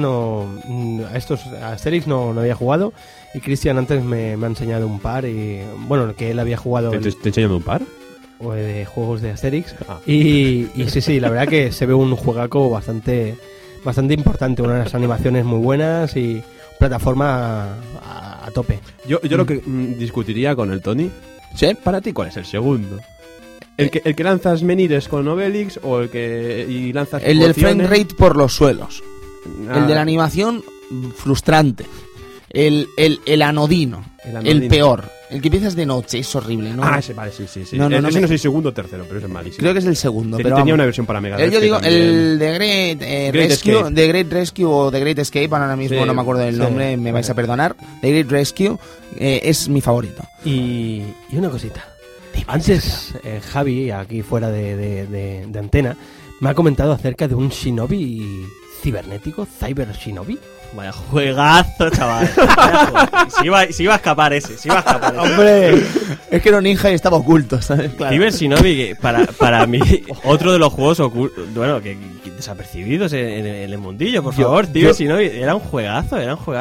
a Asterix no había jugado, y Cristian antes me ha enseñado un par, y bueno, que él había jugado ¿Te enseñando un par? de juegos de Asterix. Y sí, la verdad que se ve un juegaco bastante importante, unas animaciones muy buenas y plataforma a tope. Yo lo que discutiría con el Tony, ¿Sí? para ti, ¿cuál es el segundo? ¿El que lanzas menires con Obelix o el que lanzas El del pociones? frame rate por los suelos. Ah, El de la animación, frustrante. El anodino. El anodino. El peor. El que empiezas de noche, es horrible, ¿no? ese vale, sí. No, ese me- no sé si segundo o tercero, pero ese es malísimo. Creo que es el segundo. Pero Tenía vamos. una versión para Mega Drive. Yo digo, que también- el de Great, Great Rescue, Escape. The Great Rescue o The Great Escape, ahora mismo Sí, no me acuerdo del sí, nombre, me vais a perdonar. The Great Rescue es mi favorito. Y una cosita. Antes Javi, aquí fuera de antena, me ha comentado acerca de un shinobi cibernético, Cyber Shinobi. Vaya juegazo, chaval. Vaya juego. Si iba a escapar ese. ¡Hombre! Es que era ninja y estaba oculto, ¿sabes? Claro. Cyber Shinobi, que para mí, otro de los juegos que desapercibidos en el mundillo, por favor. Cyber Shinobi era un juegazo.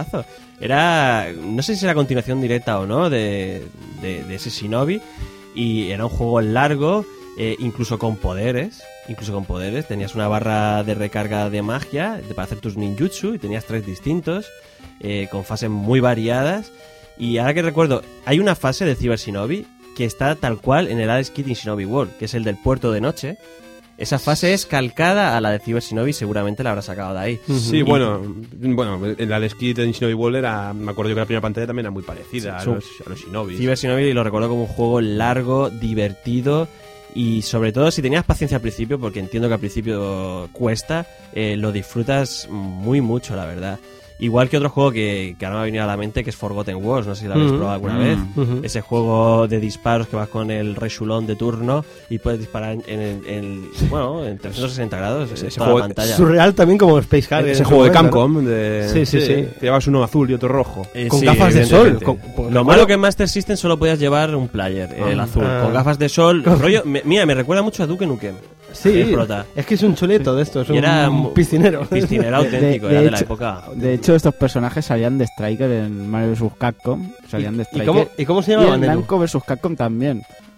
No sé si era continuación directa o no de ese Shinobi. Y era un juego largo, incluso con poderes. Tenías una barra de recarga de magia para hacer tus ninjutsu y tenías 3 distintos, con fases muy variadas. Y ahora que recuerdo, hay una fase de Cyber Shinobi que está tal cual en el Alex Kidd in Shinobi World, que es el del puerto de noche. Esa fase es calcada a la de Cyber Shinobi, seguramente la habrá sacado de ahí. Sí, Y- bueno, el Alex Kidd en Shinobi World era, me acuerdo yo que la primera pantalla también era muy parecida Sí, a los Shinobis. Cyber Shinobi lo recuerdo como un juego largo, divertido y sobre todo si tenías paciencia al principio, porque entiendo que al principio cuesta, lo disfrutas muy mucho, la verdad. Igual que otro juego que ahora me va a venir a la mente, que es Forgotten Wars, no sé si lo habéis probado alguna vez. Ese juego de disparos que vas con el rechulón de turno y puedes disparar en 360 grados, Ese toda juego la pantalla. Surreal también como Space Harrier. Ese en juego de su momento, ¿no? Capcom, Sí. que llevabas uno azul y otro rojo. Con Sí, gafas de sol. evidentemente. Lo malo que en Master System solo podías llevar un player, el azul. Con gafas de sol, rollo, mira, me recuerda mucho a Duke Nukem. Sí, El prota. es que es un chuleto de esto, es Y era un piscinero. Piscinero auténtico, era de la época. De hecho, estos personajes salían de Striker en Mario vs. Capcom. Salían de Striker. ¿Y cómo se Y llamaban? en Edu? Namco vs. Capcom también.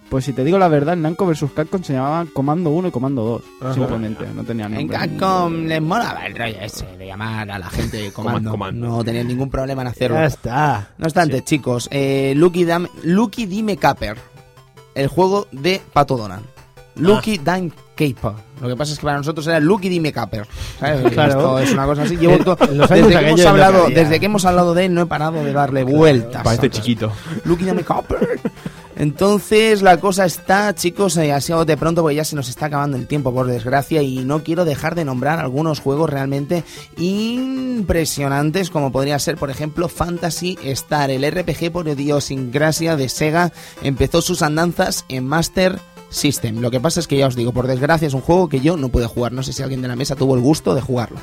Pues si te digo la verdad, en Namco vs Capcom se llamaban Comando 1 y Comando 2. Simplemente, no tenían En nombre. Capcom les molaba el rollo ese de llamar a la gente de comando. Comando. No tenían ningún problema en hacerlo. Ya está. No obstante, chicos, Lucky Dime Caper, el juego de Pato Donald. Lucky Dime Caper. Lo que pasa es que para nosotros era Lucky Dime Caper. ¿Sabes? Claro. Esto es una cosa así. Los años aquellos no cabía. Desde que hemos hablado de él, no he parado de darle vueltas. Parece ¿sabes? chiquito. Lucky Dime Caper. Entonces la cosa está, chicos, así de pronto, porque ya se nos está acabando el tiempo, por desgracia, y no quiero dejar de nombrar algunos juegos realmente impresionantes, como podría ser, por ejemplo, Phantasy Star, el RPG por idiosincrasia de Sega, empezó sus andanzas en Master System. Lo que pasa es que ya os digo, por desgracia es un juego que yo no pude jugar. No sé si alguien de la mesa tuvo el gusto de jugarlo.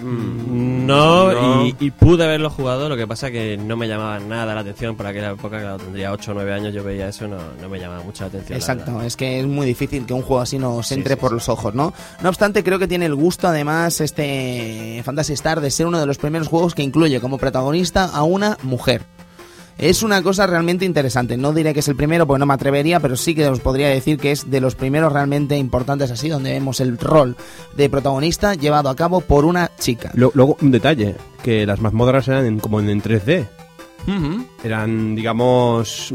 No. Y pude haberlo jugado, lo que pasa que no me llamaba nada la atención. Por aquella época, que tendría 8 o 9 años, yo veía eso, no me llamaba mucho la atención. Exacto, es que es muy difícil que un juego así nos entre por los ojos, ¿no? No obstante, creo que tiene el gusto, además, este Phantasy Star, de ser uno de los primeros juegos que incluye como protagonista a una mujer. Es una cosa realmente interesante. No diré que es el primero porque no me atrevería, pero sí que os podría decir que es de los primeros realmente importantes así, donde vemos el rol de protagonista llevado a cabo por una chica. Luego, un detalle, que las mazmorras eran como en 3D. Eran, digamos...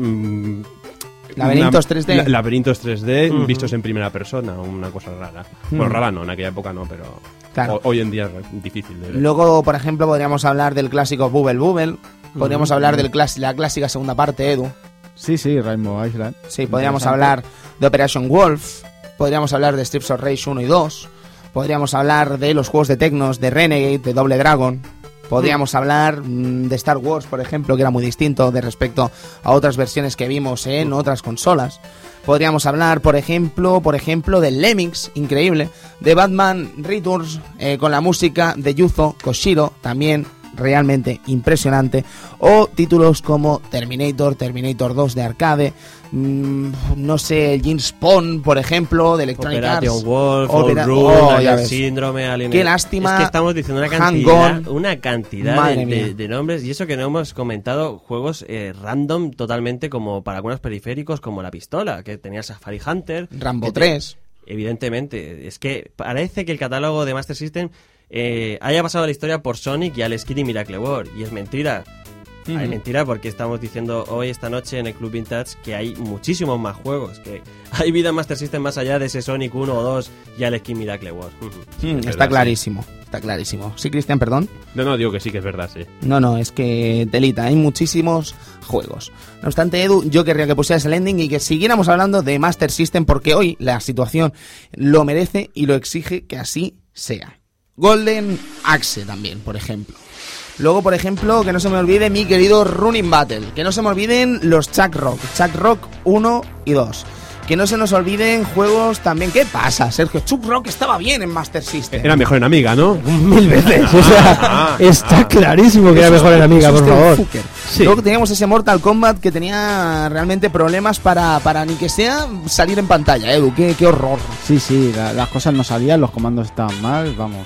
laberintos 3D. Laberintos 3D vistos en primera persona, una cosa rara. Bueno, rara no, en aquella época no, pero Claro. hoy en día es difícil de ver. Luego, por ejemplo, podríamos hablar del clásico Bubble Bubble. Podríamos hablar de la clásica segunda parte, Edu. Sí, Rainbow Island. Sí, podríamos hablar de Operation Wolf. Podríamos hablar de Streets of Rage 1 y 2. Podríamos hablar de los juegos de Tecnos, de Renegade, de Double Dragon. Podríamos hablar de Star Wars, por ejemplo, que era muy distinto de respecto a otras versiones que vimos en otras consolas. Podríamos hablar, por ejemplo, de Lemmings, increíble. De Batman Returns, con la música de Yuzo Koshiro, también realmente impresionante. O títulos como Terminator 2 de arcade, no sé, el James Bond, por ejemplo, de Electronic Arts. Operation Wolf, ya Alien ves. Síndrome, Alien... Qué lástima. Es que estamos diciendo una cantidad Madre mía. de nombres, y eso que no hemos comentado juegos random totalmente, como para algunos periféricos, como la pistola, que tenía Safari Hunter, Rambo 3. Evidentemente, es que parece que el catálogo de Master System haya pasado la historia por Sonic y Alex Kidd y Miracle World, y es mentira. Es mentira, porque estamos diciendo hoy, esta noche, en el Club Vintage, que hay muchísimos más juegos, que hay vida en Master System más allá de ese Sonic 1 o 2 y Alex Kidd Miracle World. Está clarísimo, está clarísimo. Sí, Cristian, perdón. No, digo que sí, que es verdad, sí. No, es que telita, hay muchísimos juegos. No obstante, Edu, yo querría que pusieras el ending y que siguiéramos hablando de Master System, porque hoy la situación lo merece y lo exige que así sea. Golden Axe también, por ejemplo. Luego, por ejemplo, que no se me olvide mi querido Running Battle. Que no se me olviden los Chuck Rock 1 y 2. Que no se nos olviden juegos también. ¿Qué pasa, Sergio? Chuck Rock estaba bien en Master System. Era mejor en Amiga, ¿no? 1000 veces. O sea, está clarísimo que era mejor en Amiga, por favor. Sí. Luego teníamos ese Mortal Kombat que tenía realmente problemas para ni que sea salir en pantalla, Edu. Qué horror. Sí, las cosas no salían, los comandos estaban mal, vamos.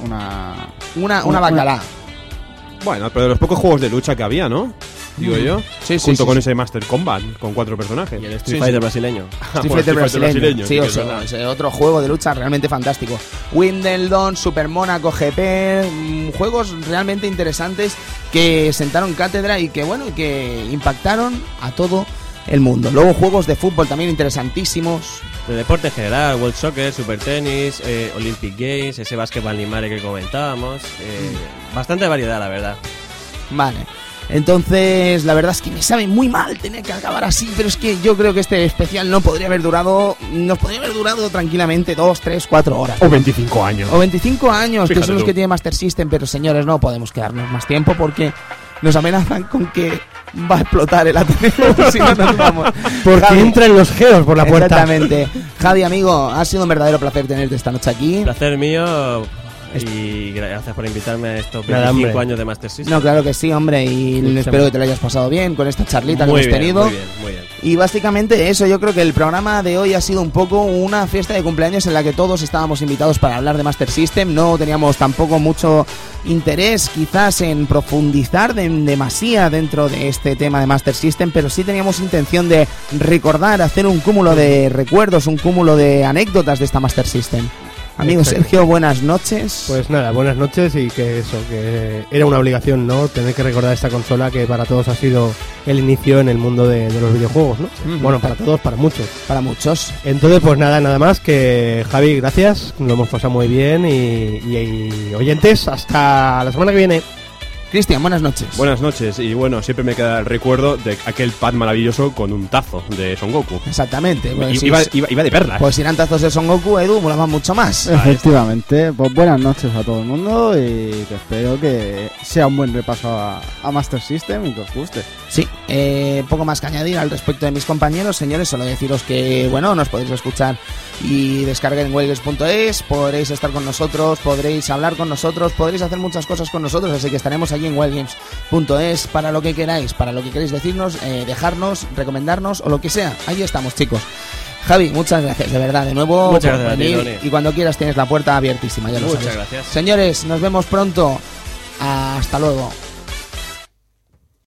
Una bacalá. Bueno, pero de los pocos juegos de lucha que había, ¿no? Digo yo. Sí, junto con ese Master Combat, con 4 personajes. Y el Street Fighter brasileño. Street Fighter brasileño. Sí, que o es sea, verdad. es otro juego de lucha realmente fantástico. Wimbledon, Super Mónaco GP, juegos realmente interesantes que sentaron cátedra y que, bueno, que impactaron a todo el mundo. Luego juegos de fútbol también interesantísimos. De deporte en general, World Soccer, Super Tennis, Olympic Games, ese básquetbol Limare que comentábamos. Bastante variedad, la verdad. Vale. Entonces, la verdad es que me sabe muy mal tener que acabar así, pero es que yo creo que este especial nos podría haber durado tranquilamente 2, 3, 4 horas. O 25 años. O 25 años, Fíjate que son los tú. que tiene Master System, pero señores, no podemos quedarnos más tiempo porque nos amenazan con que va a explotar el Ateneo si no nos vamos. Porque Javi, entran los geos por la puerta. Exactamente. Javi, amigo, ha sido un verdadero placer tenerte esta noche aquí. Placer mío. Y gracias por invitarme a estos Nada, 25 hombre. años de Master System. No, claro que sí, hombre, y Escúchame. espero que te lo hayas pasado bien con esta charlita Muy que hemos bien, tenido. muy bien, muy bien. Y básicamente eso, yo creo que el programa de hoy ha sido un poco una fiesta de cumpleaños en la que todos estábamos invitados para hablar de Master System. No teníamos tampoco mucho interés quizás en profundizar en demasía dentro de este tema de Master System, pero sí teníamos intención de recordar, hacer un cúmulo de recuerdos, un cúmulo de anécdotas de esta Master System. Amigo Exacto. Sergio, buenas noches. Pues nada, buenas noches y que eso, que era una obligación, ¿no? Tener que recordar esta consola que para todos ha sido el inicio en el mundo de los videojuegos, ¿no? Bueno, para todos, para muchos. Para muchos. Entonces, pues nada más que Javi, gracias, lo hemos pasado muy bien y oyentes, hasta la semana que viene. Cristian, buenas noches. Buenas noches, y bueno, siempre me queda el recuerdo de aquel pad maravilloso con un tazo de Son Goku. Exactamente. Pues, Iba de perlas. pues si eran tazos de Son Goku, Edu, molaban mucho más. Efectivamente, pues buenas noches a todo el mundo y que espero que sea un buen repaso a Master System y que os guste. Sí, poco más que añadir al respecto de mis compañeros, señores, solo deciros que, bueno, nos podéis escuchar y descargar en Wellgames.es, podréis estar con nosotros, podréis hablar con nosotros, podréis hacer muchas cosas con nosotros, así que estaremos allí en Wellgames.es para lo que queráis, para lo que queréis decirnos, dejarnos, recomendarnos o lo que sea. Ahí estamos, chicos. Javi, muchas gracias, de verdad, de nuevo. Muchas por gracias a ti, venir, Tony. y cuando quieras tienes la puerta abiertísima, ya lo Muchas sabes. gracias. Señores, nos vemos pronto. Hasta luego.